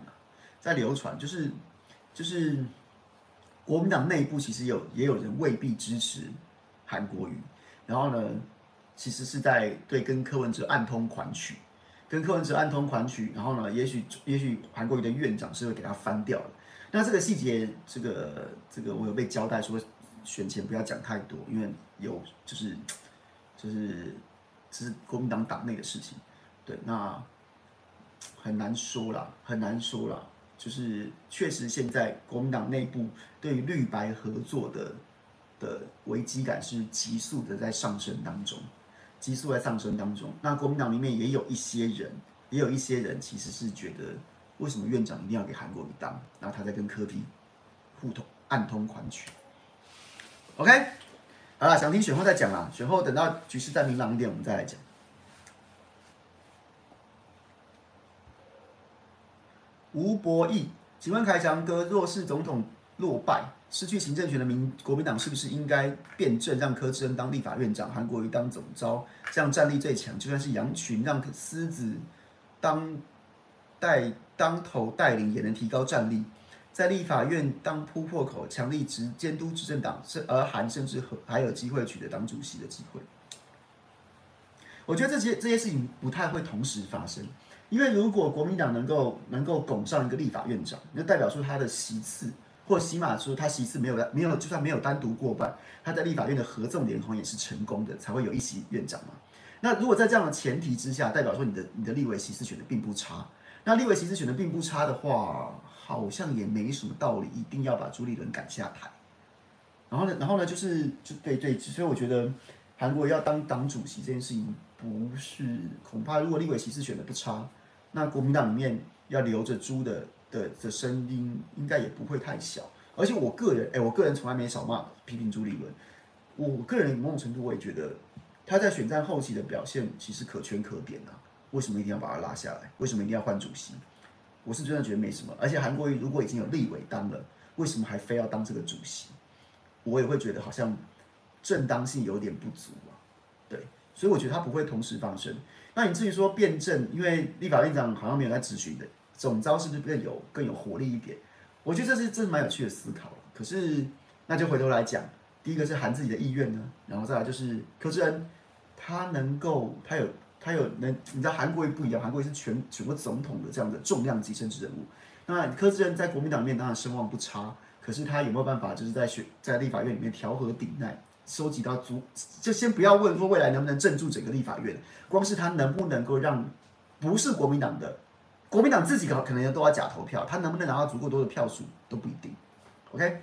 就是国民党内部其实也有人未必支持韩国瑜，然后呢，其实是在跟柯文哲暗通款曲，然后呢，也许韩国瑜的院长是会给他翻掉的。那这个细节，这个我有被交代说，选前不要讲太多，因为有就是这是国民党党内的事情，对，那很难说啦。就是确实现在国民党内部对于绿白合作的危机感是急速的在上升当中，那国民党里面也有一些人其实是觉得为什么院长一定要给韩国瑜当？然后他在跟柯 P 暗通款曲。OK， 好了，想听选后再讲啦，选后等到局势再明朗一点，我们再来讲。吴博义，请问凯翔哥，若是总统落败，失去行政权的国民党是不是应该辩证让柯志恩当立法院长，韩国瑜当总召，这样战力最强？就算是杨群让狮子当头带领，也能提高战力。在立法院当突破口，强力监督执政党，而韩甚至还有机会取得党主席的机会。我觉得这些事情不太会同时发生。因为如果国民党能够拱上一个立法院长，那代表说他的席次，或起码说他席次没有，就算没有单独过半，他在立法院的合纵连横也是成功的，才会有一席院长嘛。那如果在这样的前提之下，代表说你的立委席次选的并不差，那立委席次选的并不差的话，好像也没什么道理一定要把朱立伦赶下台。然后呢，对，所以我觉得韩国要当党主席这件事情，不是恐怕如果立委席次选的不差。那国民党里面要留着猪的声音，应该也不会太小。而且我个人从来没少批评朱立伦。我个人某种程度我也觉得他在选战后期的表现其实可圈可点啊。为什么一定要把他拉下来？为什么一定要换主席？我是真的觉得没什么。而且韩国瑜如果已经有立委当了，为什么还非要当这个主席？我也会觉得好像正当性有点不足啊。对，所以我觉得他不会同时发生。那你至于说辩证，因为立法院长好像没有在质询的，总召是不是更有活力一点？我觉得这是蛮有趣的思考。可是那就回头来讲，第一个是韩自己的意愿呢，然后再来就是柯志恩，他你知道韩国瑜不一样，韩国瑜是全国总统的这样的重量级政治人物。那柯志恩在国民党里面当然声望不差，可是他有没有办法就是在立法院里面调和鼎鼐？收集到就先不要问说未来能不能镇住整个立法院，光是他能不能够让不是国民党的，国民党自己可能都要假投票，他能不能拿到足够多的票数都不一定。OK，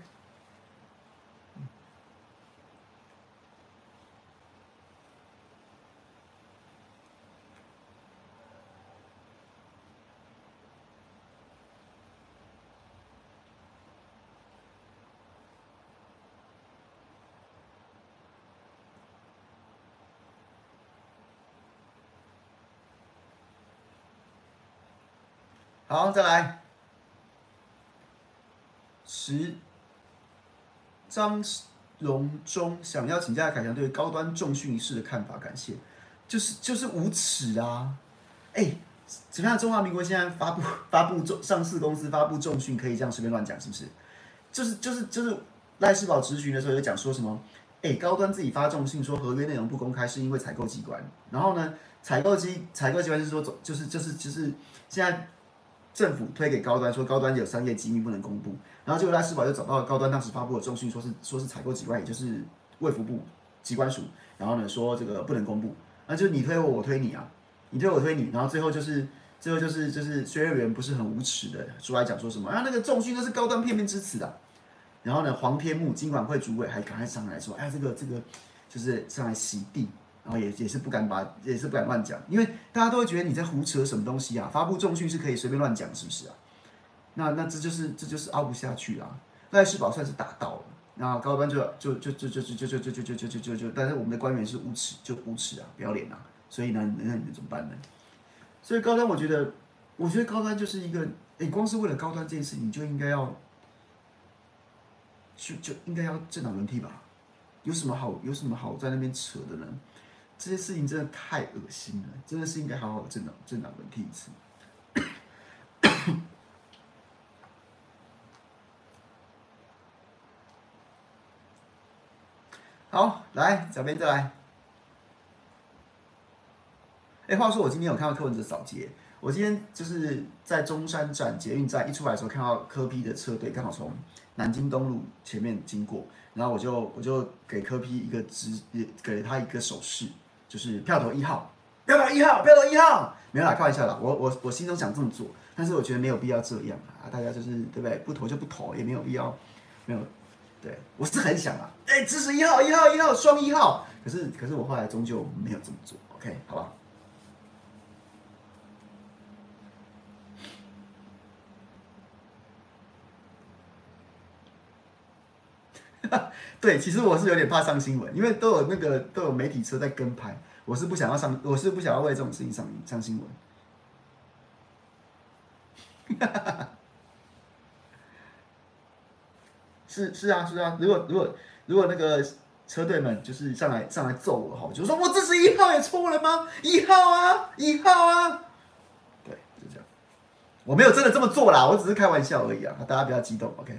好，再来张荣忠想要请教凯翔对高端重训一事的看法，感谢。就是无耻啊！怎么样？中华民国现在发布上市公司发布重训，可以这样随便乱讲，是不是？就是赖世宝质询的时候有讲说什么？高端自己发重讯说合约内容不公开，是因为采购机关。然后呢，采购机关是说就是现在政府推给高端说高端有商业机密不能公布。然后结果赖世宝就找到高端当时发布的重讯，说是采购机关，也就是卫福部机关署。然后呢说这个不能公布，那就是你推我，我推你啊，你推我推你，然后最后就是薛瑞元不是很无耻的出来讲说什么啊那个重讯都是高端片面之词的。然后呢，黄天木金管会主委还赶快上来说，这个就是上来洗地，然后也是不敢乱讲，因为大家都会觉得你在胡扯什么东西啊？发布重讯是可以随便乱讲，是不是啊？那这就是凹不下去啦。赖世宝算是打到了，那高端就，但是我们的官员是无耻啊，不要脸啊，所以呢，那你们怎么办呢？所以高端，我觉得高端就是一个，光是为了高端这件事，你就应该要。就应该要政党轮替吧？有什么好在那边扯的呢？这些事情真的太恶心了，真的是应该好好的政党轮替一次。好，来，小编再来。话说我今天有看到柯文哲扫街，我今天就是在中山站捷运站一出来的时候，看到柯 P 的车队刚好从南京东路前面经过，然后我就给柯 P 给了他一个手势，就是票投1号，票投1号，没有啦，开玩笑啦，我心中想这么做，但是我觉得没有必要这样啊，大家就是对不对？不投就不投，也没有必要，没有，对我是很想啊，支持1号，双1号，可是我后来终究没有这么做 ，OK， 好吧？ 对，其实我是有点怕上新闻，因为都有媒体车在跟拍，我是不想要为这种事情上新闻。是啊，如果那个车队们就是上来揍我哈，就说我支持1号也错了吗？1号啊，对，就这样。我没有真的这么做啦，我只是开玩笑而已啊，大家不要激动 ，OK。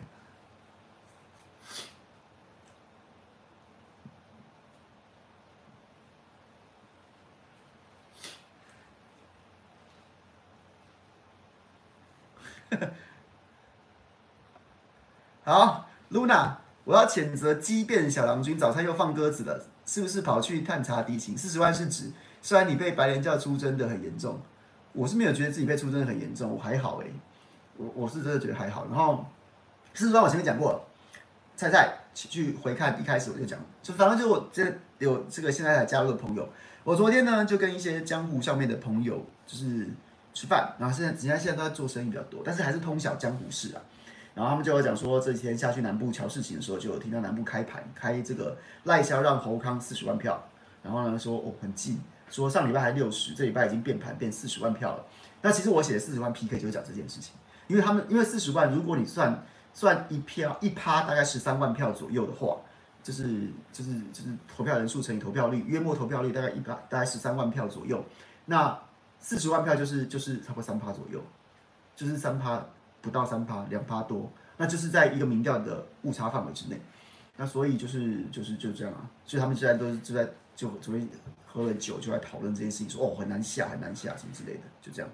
好，Luna，我要谴责畸变小郎君，早餐又放鸽子了，是不是跑去探查敌情？40万是指，虽然你被白莲教出征的很严重，我是没有觉得自己被出征的很严重，我还好我是真的觉得还好。然后40万我前面讲过了，菜去回看一开始我就讲，就反正就我有这个现在才加入的朋友，我昨天呢就跟一些江湖上面的朋友就是吃饭，然后现在都在做生意比较多，但是还是通晓江湖事啊。然后他们就有讲说，这几天下去南部瞧事情的时候，就有听到南部开这个赖萧让侯康40万票，然后呢说哦很近，说上礼拜还60，这礼拜已经变盘变40万票了。那其实我写的40万 PK 就是讲这件事情，因为40万，如果你算1%大概13万票左右的话，就是投票人数乘以投票率，约莫投票率大概13万票左右，那40万票就是差不多3%左右，就是3%。不到3%，2%多，那就是在一个民调的误差范围之内。那所以就这样啊，所以他们现在就昨天喝了酒就在讨论这件事情，说哦很难下什么之类的，就这样。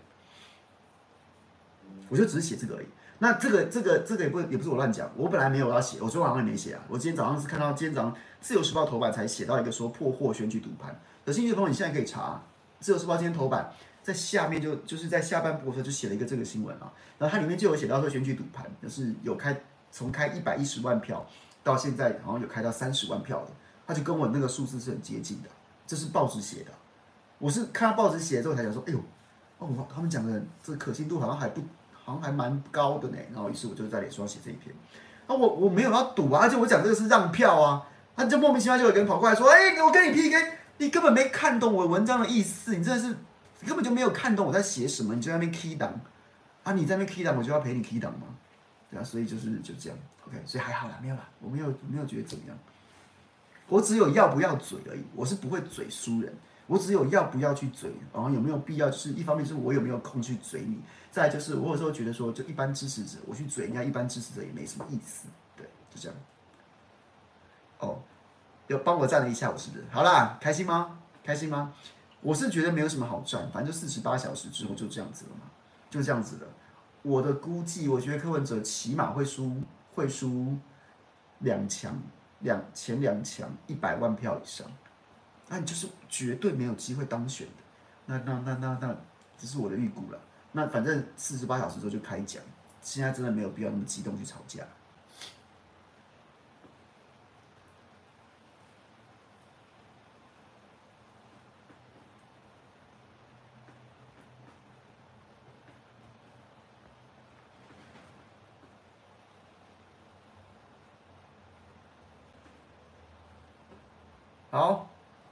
我就只是写这个而已。那这个也不是我乱讲，我本来没有要写，我昨晚上也没写啊。我今天早上是看到今天早上《自由时报》头版才写到一个说破获选举赌盘，有兴趣的朋友你现在可以查《自由时报》今天头版。在下面就是在下半部的时候就写了一个这个新闻啊，然后它里面就有写到说选举赌盘，就是有从开110万票到现在好像有开到30万票的，它就跟我那个数字是很接近的，这是报纸写的，我是看到报纸写之后才想说，哎呦，哦，他们讲的这个可信度好像还蛮高的呢，然后于是我就在脸书上写这一篇，啊我没有要赌啊，而且我讲这个是让票啊，他就莫名其妙就有人跑过来说，哎，我跟你 PK， 你根本没看懂我文章的意思，你真的是。你根本就没有看懂我在写什么，你就在那边 key 档啊！你在那边 key 档，我就要陪你 key 档嘛，对啊，所以就这样 ，OK， 所以还好啦，没有啦，我没有觉得怎么样，我只有要不要嘴而已，我是不会嘴输人，我只有要不要去嘴，然后有没有必要，就是一方面就是我有没有空去嘴你，再来就是我有时候觉得说，就一般支持者我去嘴人家一般支持者也没什么意思，对，就这样。哦，有帮我站了一下，我是不是？好啦，开心吗？开心吗？我是觉得没有什么好赚，反正就48小时之后就这样子了嘛，就这样子的。我的估计，我觉得柯文哲起码会输前两强100万票以上，那你就是绝对没有机会当选的。那，这是我的预估了。那反正48小时之后就开奖，现在真的没有必要那么激动去吵架。好，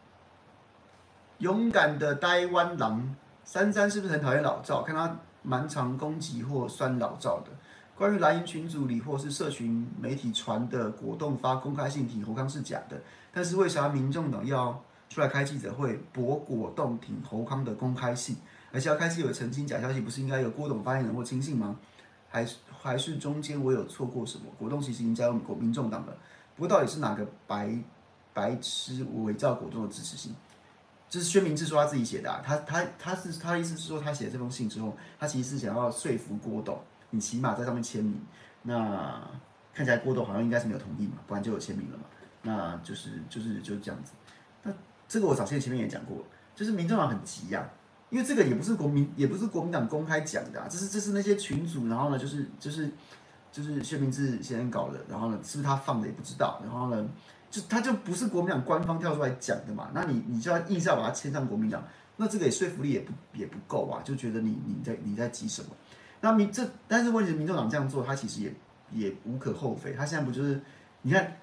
勇敢的台湾狼33是不是很讨厌老赵？看他蛮常攻击或酸老赵的。关于蓝营群组里或是社群媒体传的果冻发公开信挺侯康是假的，但是为啥民众党要出来开记者会驳果冻挺侯康的公开信，而且要开记者澄清假消息，不是应该有郭董发言人或亲信吗？还是中间我有错过什么？果冻其实已经加入民众党了，不过到底是哪个白痴伪造果冻的支持信？就是薛明志说他自己写的啊，他的意思是说，他写这封信之后，他其实是想要说服郭董，你起码在上面签名。那看起来郭董好像应该是没有同意嘛，不然就有签名了嘛。那就是这样子。那这个我早前也讲过，就是民众党很急呀、因为这个也不是国民党公开讲的、啊，这是那些群组，然后呢就是薛明志先生搞的，然后呢是不是他放的也不知道，然后呢。他就不是国民党官方跳出来讲的嘛，那你就要硬是要把它牵上国民党，那这个说服力也不够啊，就觉得你在急什么？但是问题是民众党这样做，他其实也无可厚非，他现在不就是你看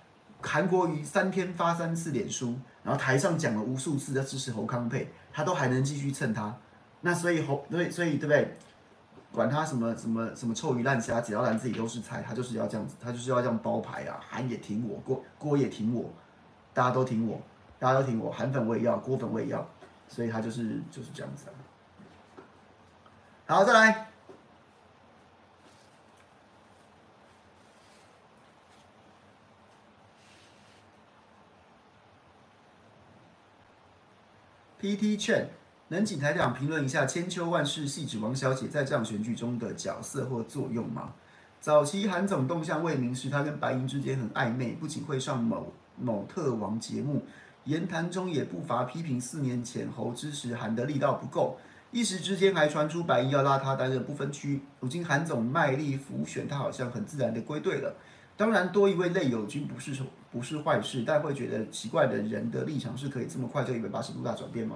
韩国瑜3天发3次脸书，然后台上讲了无数次要支持侯康配，他都还能继续蹭他。那所以对不对？管他什么臭鱼烂虾，只要蓝自己都是菜，他就是要这样子，他就是要这样包牌啊！韩也挺我，郭也挺我，大家都挺我，大家都挺我，韩粉我也要，郭粉我也要，所以他就是这样子啊。好，再来。PT 券，能请台长评论一下千秋万世细指王小姐在这场选举中的角色或作用吗？早期韩总动向未明时，他跟白银之间很暧昧，不仅会上某特王节目，言谈中也不乏批评4年前侯支持韩的力道不够，一时之间还传出白银要拉他担任不分区。如今韩总卖力辅选，他好像很自然的归队了。当然，多一位类友军不是坏事，但会觉得奇怪的人的立场是可以这么快就180度大转变吗？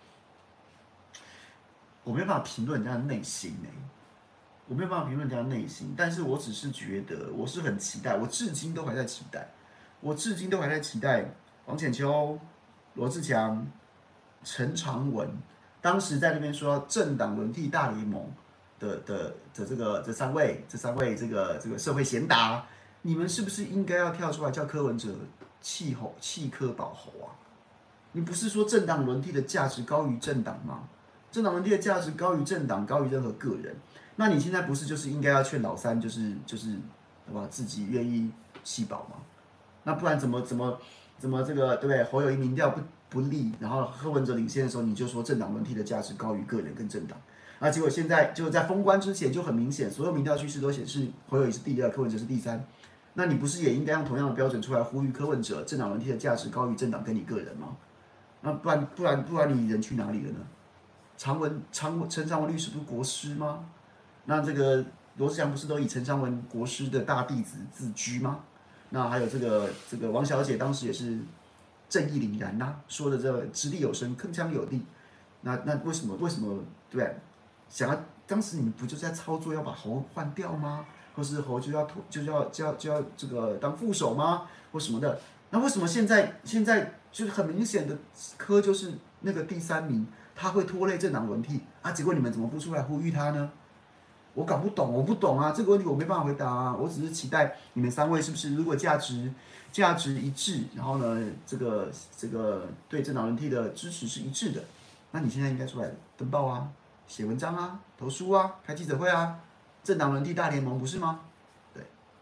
我没有办法评论人家的内心我没有办法评论人家的内心，但是我只是觉得我是很期待，我至今都还在期待王浅秋、罗志强、陈长文，当时在那边说政党轮替大联盟的这三位这个社会贤达。你们是不是应该要跳出来叫柯文哲弃柯保侯啊？你不是说政党轮替的价值高于政党吗？政党轮替的价值高于政党，高于任何个人。那你现在不是就是应该要劝老三，就是对吧？自己愿意弃保吗？那不然怎么这个对不对？侯友宜民调不利，然后柯文哲领先的时候，你就说政党轮替的价值高于个人跟政党。那结果现在就在封关之前就很明显，所有民调趋势都显示侯友宜是第2，柯文哲是第3。那你不是也应该用同样的标准出来呼吁柯文哲政党轮替的价值高于政党跟你个人吗？那不然你人去哪里了呢？陈长文律师不是国师吗？那这个罗志祥不是都以陈长文国师的大弟子自居吗？那还有这个王小姐当时也是正义凛然呐，说的这掷地有声，铿锵有力。那为什么对不对？想要当时你们不就是在操作要把侯换掉吗？或是侯就要这个当副手吗？或什么的？那为什么现在就是很明显的柯就是那个第3名，他会拖累政党轮替啊？结果你们怎么不出来呼吁他呢？我搞不懂，我不懂啊，这个问题我没办法回答啊。我只是期待你们3位是不是如果价值一致，然后呢这个对政党轮替的支持是一致的，那你现在应该出来登报啊，写文章啊，投书啊，开记者会啊。政党轮替大联盟不是吗？对。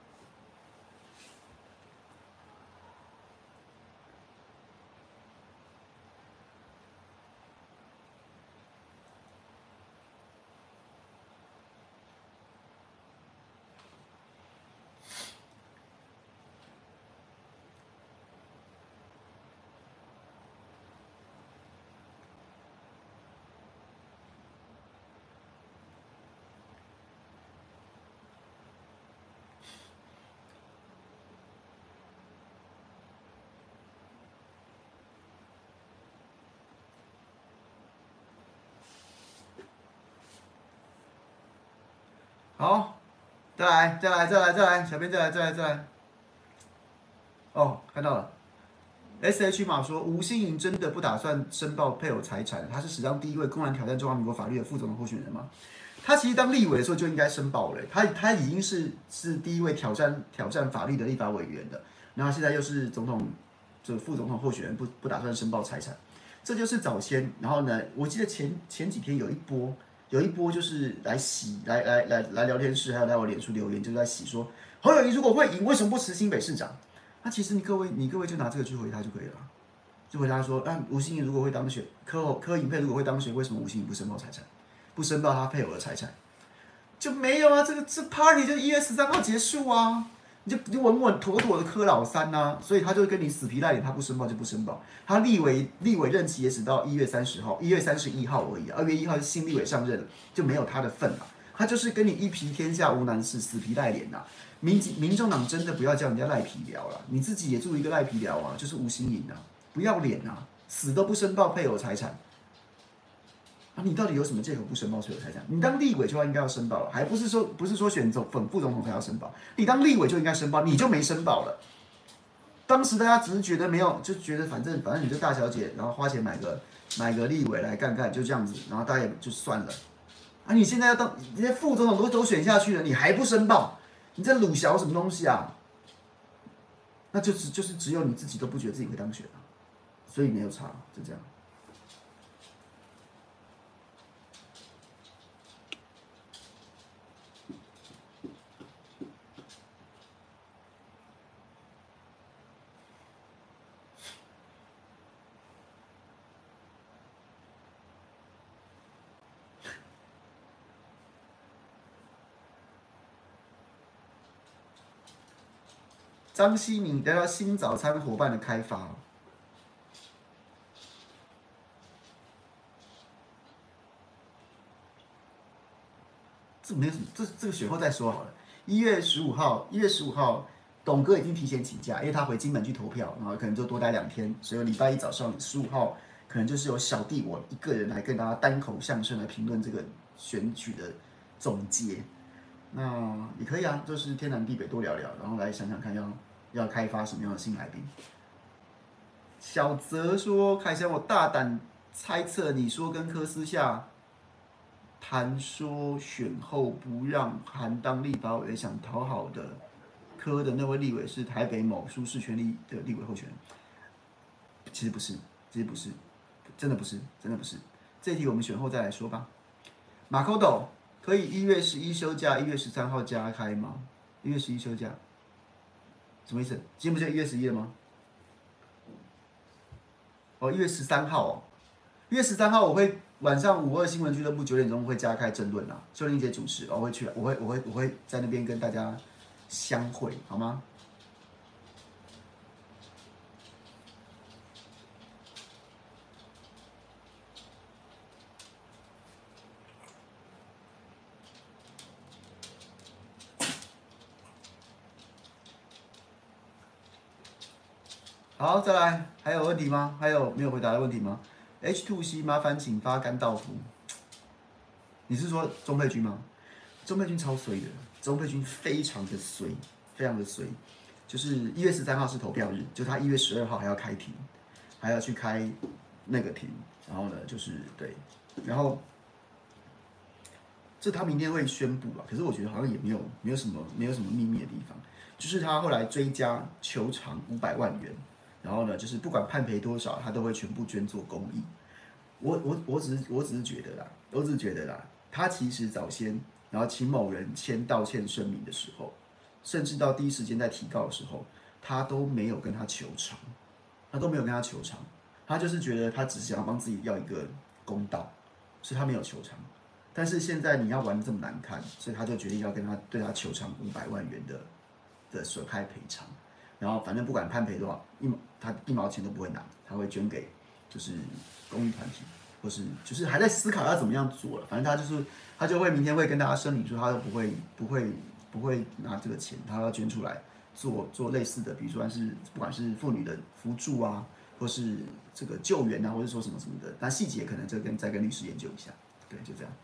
好，再来，小编再来。哦，看到了。SH 马说，吴欣盈真的不打算申报配偶财产，他是史上第1位公然挑战中华民国法律的副总统候选人吗？他其实当立委的时候就应该申报了，他已经是第1位挑战法律的立法委员的，然后现在又是总统，就副总统候选人不打算申报财产，这就是早先。然后呢，我记得前几天有一波就是来洗来聊天室，还有来我脸书留言，就是在洗说侯友宜如果会赢，为什么不辞新北市长？那其实你各位就拿这个去回他就可以了，就回答说，吴欣盈如果会当选，柯银配如果会当选，为什么吴欣盈不申报财产，不申报他配偶的财产？就没有啊，这 party 就1月13号结束啊，你就稳稳妥妥的柯老三啊，所以他就跟你死皮赖脸，他不申报就不申报，他立委任期也只到1月30号、1月31号而已啊，2月1号是新立委上任了，就没有他的份了。他就是跟你一皮天下无难事，死皮赖脸呐。民众党真的不要叫人家赖皮聊了，你自己也做一个赖皮聊啊，就是吴欣盈啊，不要脸啊，死都不申报配偶财产。啊，你到底有什么借口不申报配偶财产？你当立委就应该要申报了，还不是说选副总统才要申报？你当立委就应该申报，你就没申报了。 当时大家只是觉得没有，就觉得反正你就大小姐，然后花钱买个立委来干干，就这样子，然后大家也就算了。啊，你现在要当这些副总统都选下去了，你还不申报，你在鲁小什么东西啊？那就是只有你自己都不觉得自己会当选啊，所以没有差，就这样。张希明聊聊新早餐伙伴的开发。这没有什么，这个选后再说好了。1月15号，董哥已经提前请假，因为他回金门去投票，然后可能就多待2天，所以礼拜一早上15号，可能就是由小弟我一个人来跟大家单口相声来评论这个选举的总结。那也可以啊，就是天南地北多聊聊，然后来想想看要开发什么样的新来宾。小泽说：“凯翔，我大胆猜测，你说跟柯私下谈说选后不让韩当立法委员，想讨好的柯的那位立委是台北某舒适圈的立委候选人。其实不是，真的不是。这一题我们选后再来说吧。马口斗可以1月11休假，1月13号加开吗？1月11休假，什么意思？今天不就1月11了吗？哦，1月13号哦，1月13号我会晚上52新闻俱乐部9点钟会加开争论啦，秀玲姐主持，我会去，我会在那边跟大家相会，好吗？好，再来，还有问题吗？还有没有回答的问题吗 ？H2C 麻烦请发甘道夫。你是说钟佩君吗？钟佩君超衰的，钟佩君非常的衰，非常的衰。就是1月13号是投票日，就他1月12号还要开庭，还要去开那个庭，然后呢，就是对，然后这他明天会宣布吧？可是我觉得好像也没有什么秘密的地方，就是他后来追加球场500万元，然后呢，就是不管判赔多少，他都会全部捐做公益。我只是觉得啦，他其实早先然后请某人签道歉声明的时候，甚至到第一时间在提告的时候，他都没有跟他求偿，他就是觉得他只是想要帮自己要一个公道，所以他没有求偿。但是现在你要玩得这么难看，所以他就决定要对他求偿500万元的损害赔偿，然后反正不管判赔多少，他1毛钱都不会拿，他会捐给就是公益团体，或是就是还在思考要怎么样做了。反正他就会明天会跟大家声明说，他都不会拿这个钱，他要捐出来做类似的，比如说不管是妇女的扶助啊，或是这个救援啊，或者说什么的，但细节可能再跟律师研究一下。对，就这样。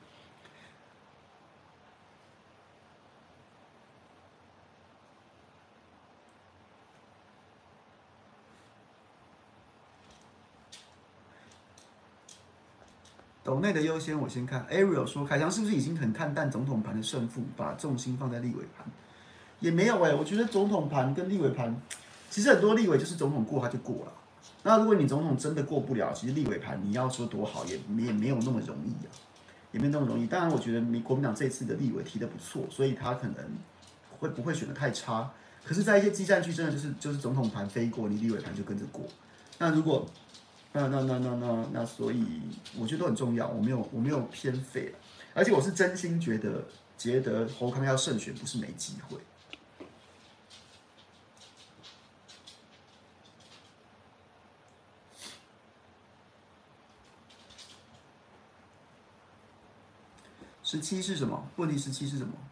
斗内的优先我先看 ，Ariel 说凯翔是不是已经很看淡总统盘的胜负，把重心放在立委盘？也没有我觉得总统盘跟立委盘，其实很多立委就是总统过他就过了。那如果你总统真的过不了，其实立委盘你要说多好也没有那么容易啊，也没有那么容易。当然，我觉得国民党这次的立委提的不错，所以他可能不会选的太差。可是，在一些激战区，真的就是总统盘飞过，你立委盘就跟着过。那如果那，所以我觉得都很重要，我没有偏废了，而且我是真心觉得侯康要胜选不是没机会。17是什么？问题17是什么？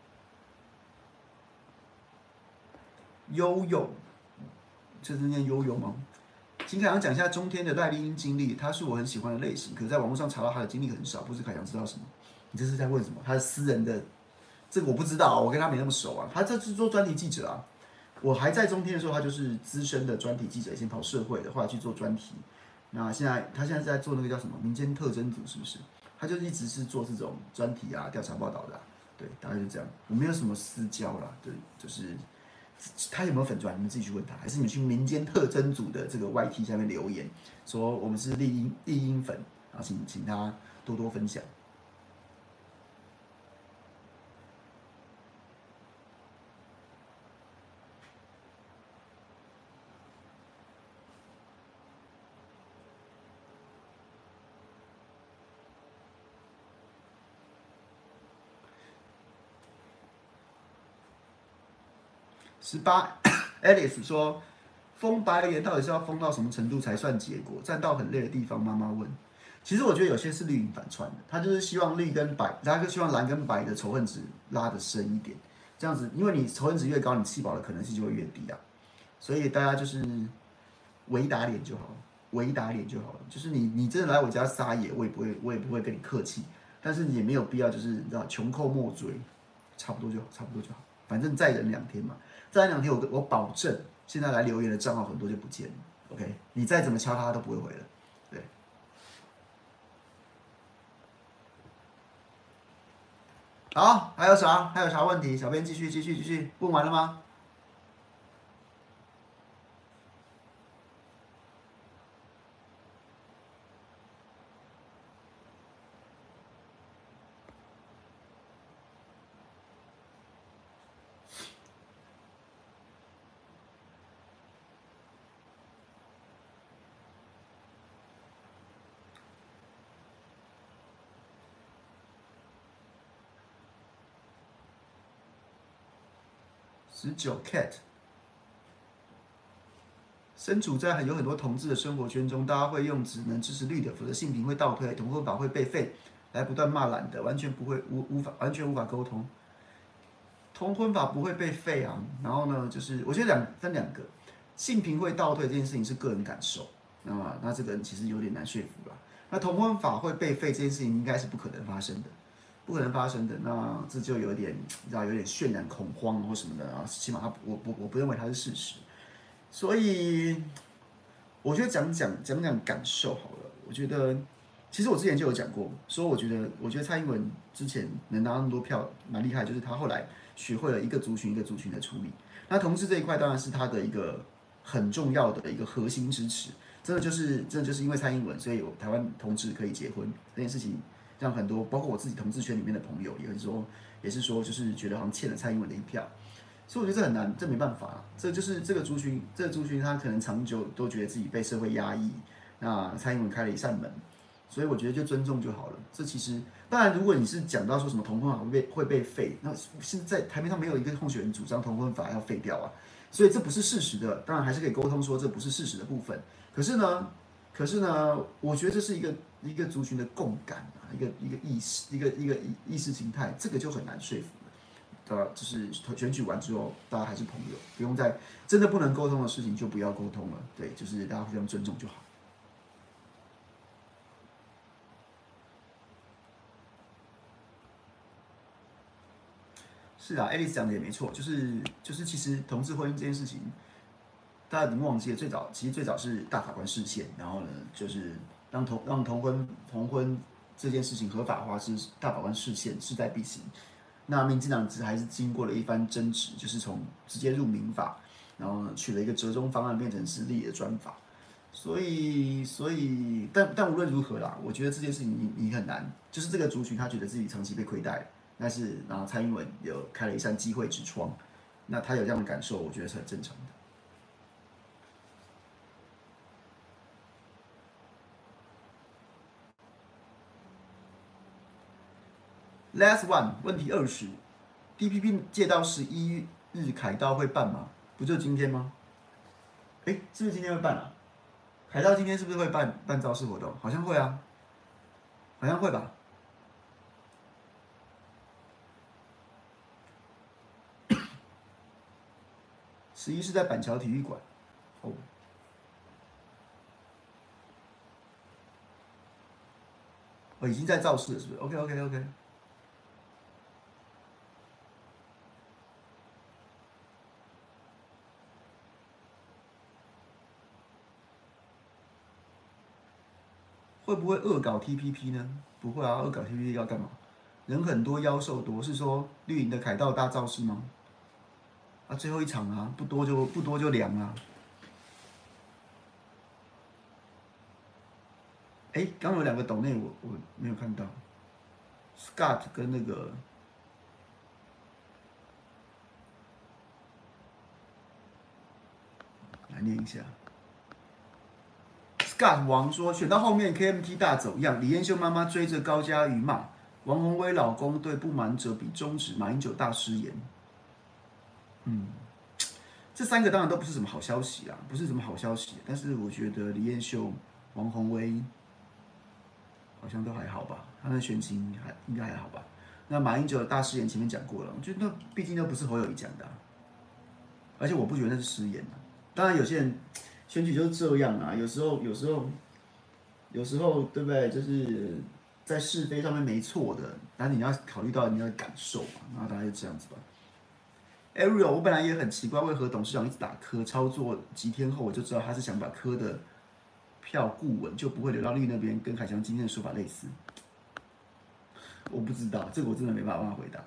悠悠，这是念悠悠吗？请凯翔讲一下中天的赖丽英经历，他是我很喜欢的类型，可是在网络上查到他的经历很少，不知凯翔知道什么？你这是在问什么？他的私人的，这个我不知道，我跟他没那么熟啊。他这是做专题记者啊， 我还在中天的时候，他就是资深的专题记者，以前跑社会的，后来去做专题。那他现在在做那个叫什么民间特征组，是不是？他就一直是做这种专题啊、调查报道的、啊，对，大概就这样。我没有什么私交啦，对，就是他有没有粉砖，你们自己去问他，还是你们去民间特征组的这个 YT 下面留言，说我们是丽英粉，然后请他多多分享。18 Alice 说，封白眼到底是要封到什么程度才算结果？站到很累的地方，妈妈问。其实我觉得有些是绿营反串的，他就是希望绿跟白，他就希望蓝跟白的仇恨值拉得深一点，这样子，因为你仇恨值越高，你弃保的可能性就会越低啊。所以大家就是围打脸就好了，围打脸就好了。就是你真的来我家撒野，我也不会跟你客气，但是也没有必要就是你知道穷寇莫追，差不多就好，差不多就好。反正再忍2天嘛，再忍2天我保证，现在来留言的账号很多就不见了。OK， 你再怎么敲他都不会回了。对，好，还有啥？还有啥问题？小编继续，问完了吗？19 Cat。身处在有很多同志的生活圈中，大家会用只能支持绿的，否则性平会倒退，同婚法会被废，来不断骂蓝的，完全不会完全无法沟通。同婚法不会被废啊，然后呢，就是我觉得分两个，性平会倒退这件事情是个人感受，那这个人其实有点难说服了。那同婚法会被废这件事情应该是不可能发生的，不可能发生的，那这就有点你知道有点渲染恐慌或什么的啊，起码我不认为它是事实。所以我觉得讲感受好了。我觉得其实我之前就有讲过，说我觉得蔡英文之前能拿那么多票蛮厉害，就是他后来学会了一个族群一个族群的处理。那同志这一块当然是他的一个很重要的一个核心支持。真的就是因为蔡英文，所以台湾同志可以结婚这件事情，让很多包括我自己同志圈里面的朋友也是说就是觉得好像欠了蔡英文的一票。所以我觉得这很难，这没办法。这就是这个族群他可能长久都觉得自己被社会压抑，那蔡英文开了一扇门，所以我觉得就尊重就好了。这其实当然，如果你是讲到说什么同婚法会被废，那现在台面上没有一个候选人主张同婚法要废掉啊，所以这不是事实的。当然还是可以沟通说这不是事实的部分。可是呢，我觉得这是一个族群的共感啊，一个意识，一个意识形态，这个就很难说服。就是选举完之后，大家还是朋友，不用再真的不能沟通的事情就不要沟通了。对，就是大家互相尊重就好。是啊，Alice 讲的也没错，就是其实同志婚姻这件事情，大家已经忘记了，其实最早是大法官释宪，然后呢，就是让同婚这件事情合法化是大法官释宪，势在必行。那民进党还是经过了一番争执，就是从直接入民法，然后呢取了一个折中方案，变成是立的专法。但无论如何啦，我觉得这件事情你很难，就是这个族群他觉得自己长期被亏待，但是然后蔡英文有开了一扇机会之窗，那他有这样的感受，我觉得是很正常的。Last one，问题20，DPP 借到11日凯道会办吗？不就今天吗？哎，是不是今天会办啊？凯道今天是不是会办造势活动？好像会啊，好像会吧。11是在板桥体育馆。哦，已经在造势了，是不是？OK。 会不会恶搞 TPP 呢？不会啊，恶搞 TPP 要干嘛？人很多妖兽多，是说绿营的凯道大造势吗？啊，最后一场啊，不多就凉啊。哎，刚有2个抖内我没有看到，Scott 跟那个来念一下。Scott 王说，选到后面 KMT 大走样，李彦秀妈妈追着高嘉瑜骂，王宏威老公对不满者比中指，马英九大失言。这3个当然都不是什么好消息啦，不是什么好消息。但是我觉得李彦秀、王宏威好像都还好吧，他的选情应该还好吧。那马英九的大失言前面讲过了，我觉得那毕竟那不是侯友宜讲的而且我不觉得那是失言当然有些人选举就是这样啊，有时候对不对？就是在是非上面没错的，但是你要考虑到人家的感受嘛，然后大概就这样子吧。Ariel，我本来也很奇怪，为何董事长一直打柯操作几天后，我就知道他是想把柯的票固稳，就不会流到绿那边，跟凯翔今天的说法类似。我不知道，这个我真的没办法回答。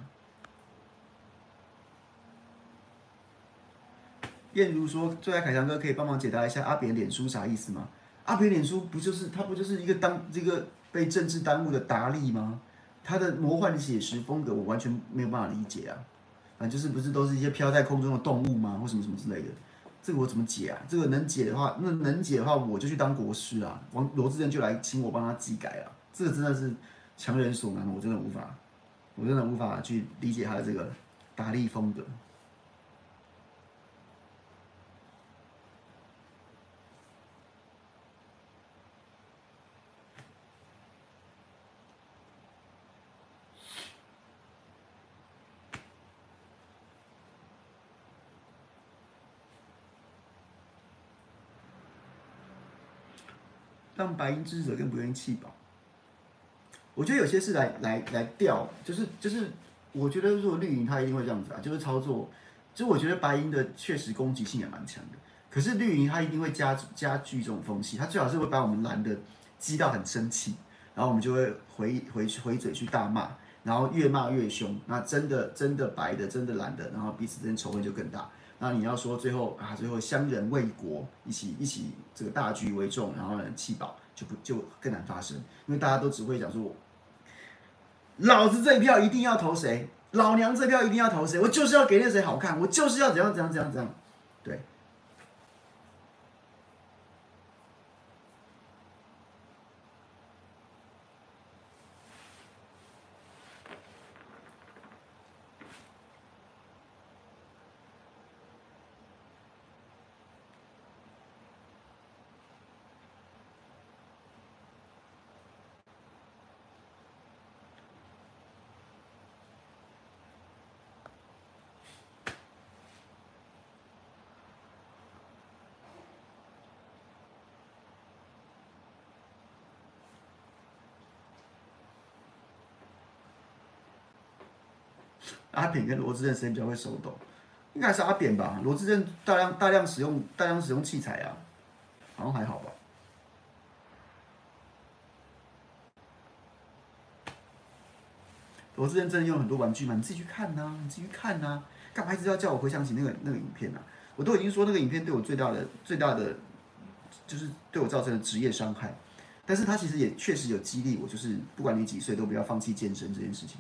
燕如说：“最爱凯翔哥，可以帮忙解答一下阿扁脸书啥意思吗？阿扁脸书不就是一个这个被政治耽误的达利吗？他的魔幻写实风格我完全没有办法理解啊！反正就是不是都是一些飘在空中的动物吗？或什么什么之类的？这个我怎么解啊？这个能解的话，我就去当国师啊！罗志正就来请我帮他技改啊！这个真的是强人所难，我真的无法去理解他的这个达利风格。”让白银支持者更不愿意弃保。我觉得有些是来调，就是我觉得如果绿营他一定会这样子啊，就是操作，就我觉得白银的确实攻击性也蛮强的，可是绿营他一定会加剧这种风气，他最好是会把我们蓝的激到很生气，然后我们就会回嘴去大骂，然后越骂越凶，那真的白的真的蓝的，然后彼此之间仇恨就更大。那你要说最后乡人为国，一起这个大局为重，然后呢弃保就更难发生，因为大家都只会讲说，老子这一票一定要投谁，老娘这票一定要投谁，我就是要给那谁好看，我就是要怎样，对。阿扁跟罗志正谁比较会手抖？应该是阿扁吧。罗志正大量使用器材啊，好像还好吧。罗志正真的用很多玩具嘛？你自己去看呐、干嘛一直要叫我回想起那个影片啊？我都已经说那个影片对我最大的就是对我造成的职业伤害，但是他其实也确实有激励我，就是不管你几岁都不要放弃健身这件事情。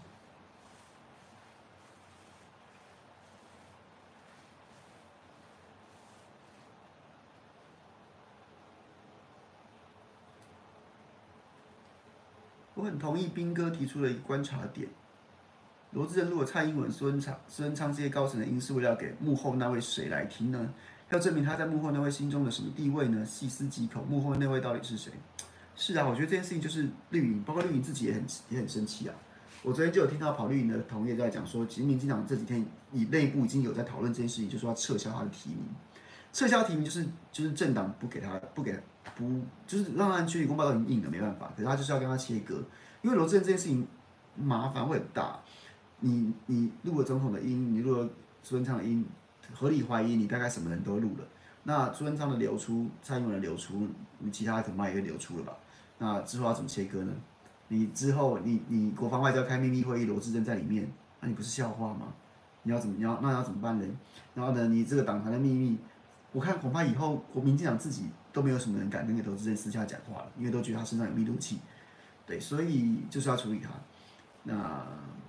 我很同意斌哥提出的一个观察点。罗志正如果蔡英文、孙文昌这些高层的音是为了要给幕后那位谁来听呢？要证明他在幕后那位心中的什么地位呢？细思极恐，幕后那位到底是谁？是啊，我觉得这件事情就是绿营，包括绿营自己也很生气啊。我昨天就有听到跑绿营的同业在讲说，其实民进党这几天内部已经有在讨论这件事情，就说要撤销他的提名。撤销提名就是政党不就是让他选举公报都已经印了，没办法，可是他就是要跟他切割，因为罗志正这件事情麻烦会很大。你录了总统的音，你录了苏文昌的音，合理怀疑你大概什么人都录了。那苏文昌的流出，蔡英文的流出，你其他的恐怕也会流出了吧？ 那之后要怎么切割呢？你之后你国防外交开秘密会议，罗志珍在里面，那你不是笑话吗？要怎么办呢？然后呢，你这个党团的秘密，我看恐怕以后民进党自己都没有什么人敢跟罗志珍私下讲话了，因为都觉得他身上有密录器。对，所以就是要处理他。那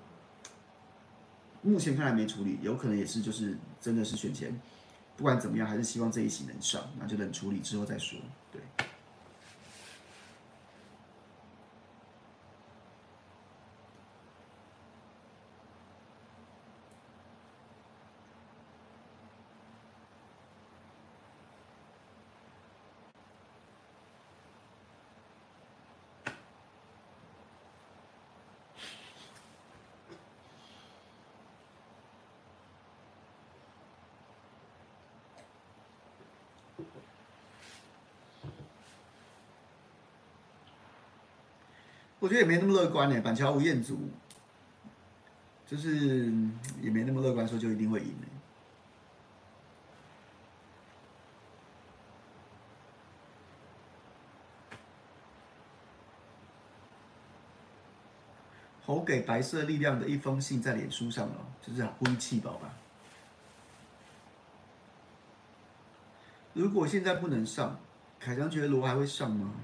目前看来没处理，有可能也是就是真的是选前，不管怎么样，还是希望这一席能上，那就等处理之后再说。对。我觉得也没那么乐观呢。板桥吴彦祖就是也没那么乐观说就一定会赢呢。侯给白色力量的一封信在脸书上了，就是呼吁弃保吧。如果现在不能上，凯翔觉得罗还会上吗？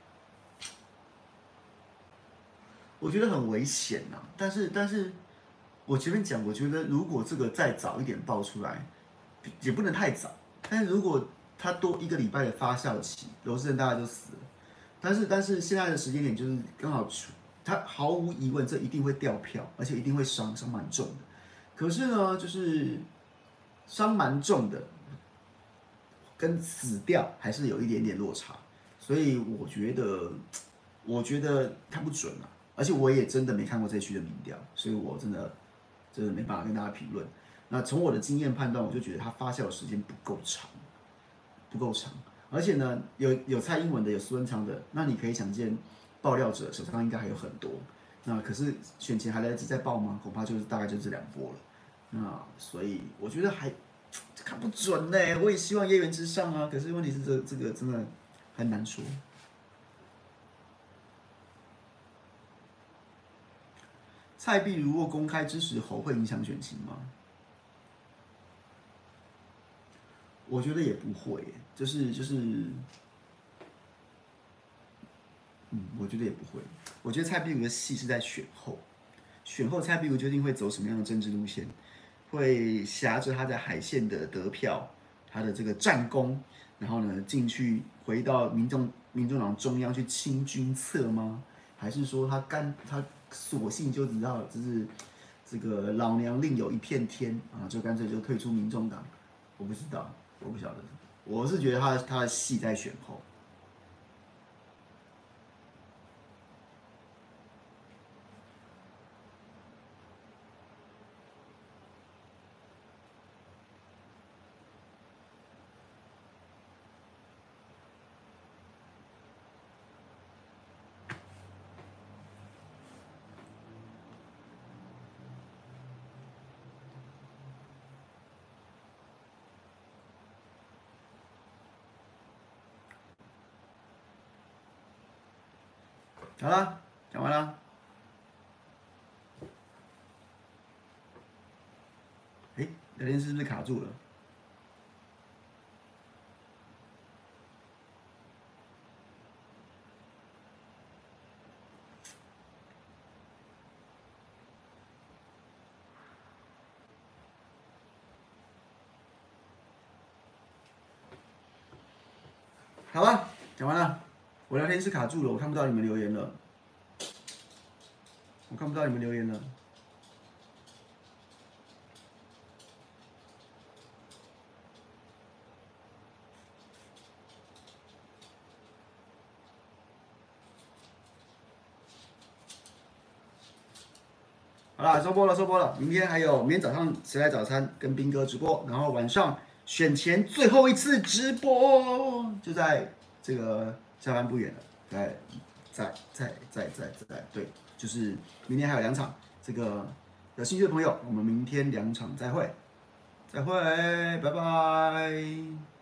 我觉得很危险呐、但是我前面讲，我觉得如果这个再早一点爆出来，也不能太早。但是如果他多一个礼拜的发酵期，罗志仁大概就死了。但是现在的时间点就是刚好出，他毫无疑问这一定会掉票，而且一定会伤蛮重的。可是呢，就是伤蛮重的，跟死掉还是有一点点落差。所以我觉得看不准啊。而且我也真的没看过这区的民调，所以我真的没办法跟大家评论。那从我的经验判断，我就觉得它发酵的时间不够长，不够长。而且呢，有蔡英文的，有苏文昌的，那你可以想见，爆料者手上应该还有很多。那可是选前还来得及再爆吗？恐怕就是大概就这2波了。那所以我觉得还看不准呢。我也希望叶元之上啊，可是问题是这个真的很难说。蔡壁如若公开支持侯，会影响选情吗？我觉得也不会，我觉得也不会。我觉得蔡壁如的戏是在选后，选后蔡壁如究竟会走什么样的政治路线？会挟着他在海线的得票，他的这个战功，然后呢进去回到民众党中央去清君侧吗？还是说他索性就知道就是这个老娘另有一片天啊，就干脆就退出民众党？我不知道，我不晓得。我是觉得他的戏在选后。好了，讲完了。哎，聊天室是不是卡住了？好了，讲完了。我聊天室卡住了，我看不到你们留言了。我看不到你们留言了。好啦，收播了，收播了。明天还有，明天早上谁来早餐跟斌哥直播，然后晚上选前最后一次直播，就在这个下班不远了。对，就是明天还有2场。这个有兴趣的朋友，我们明天2场再会，拜拜。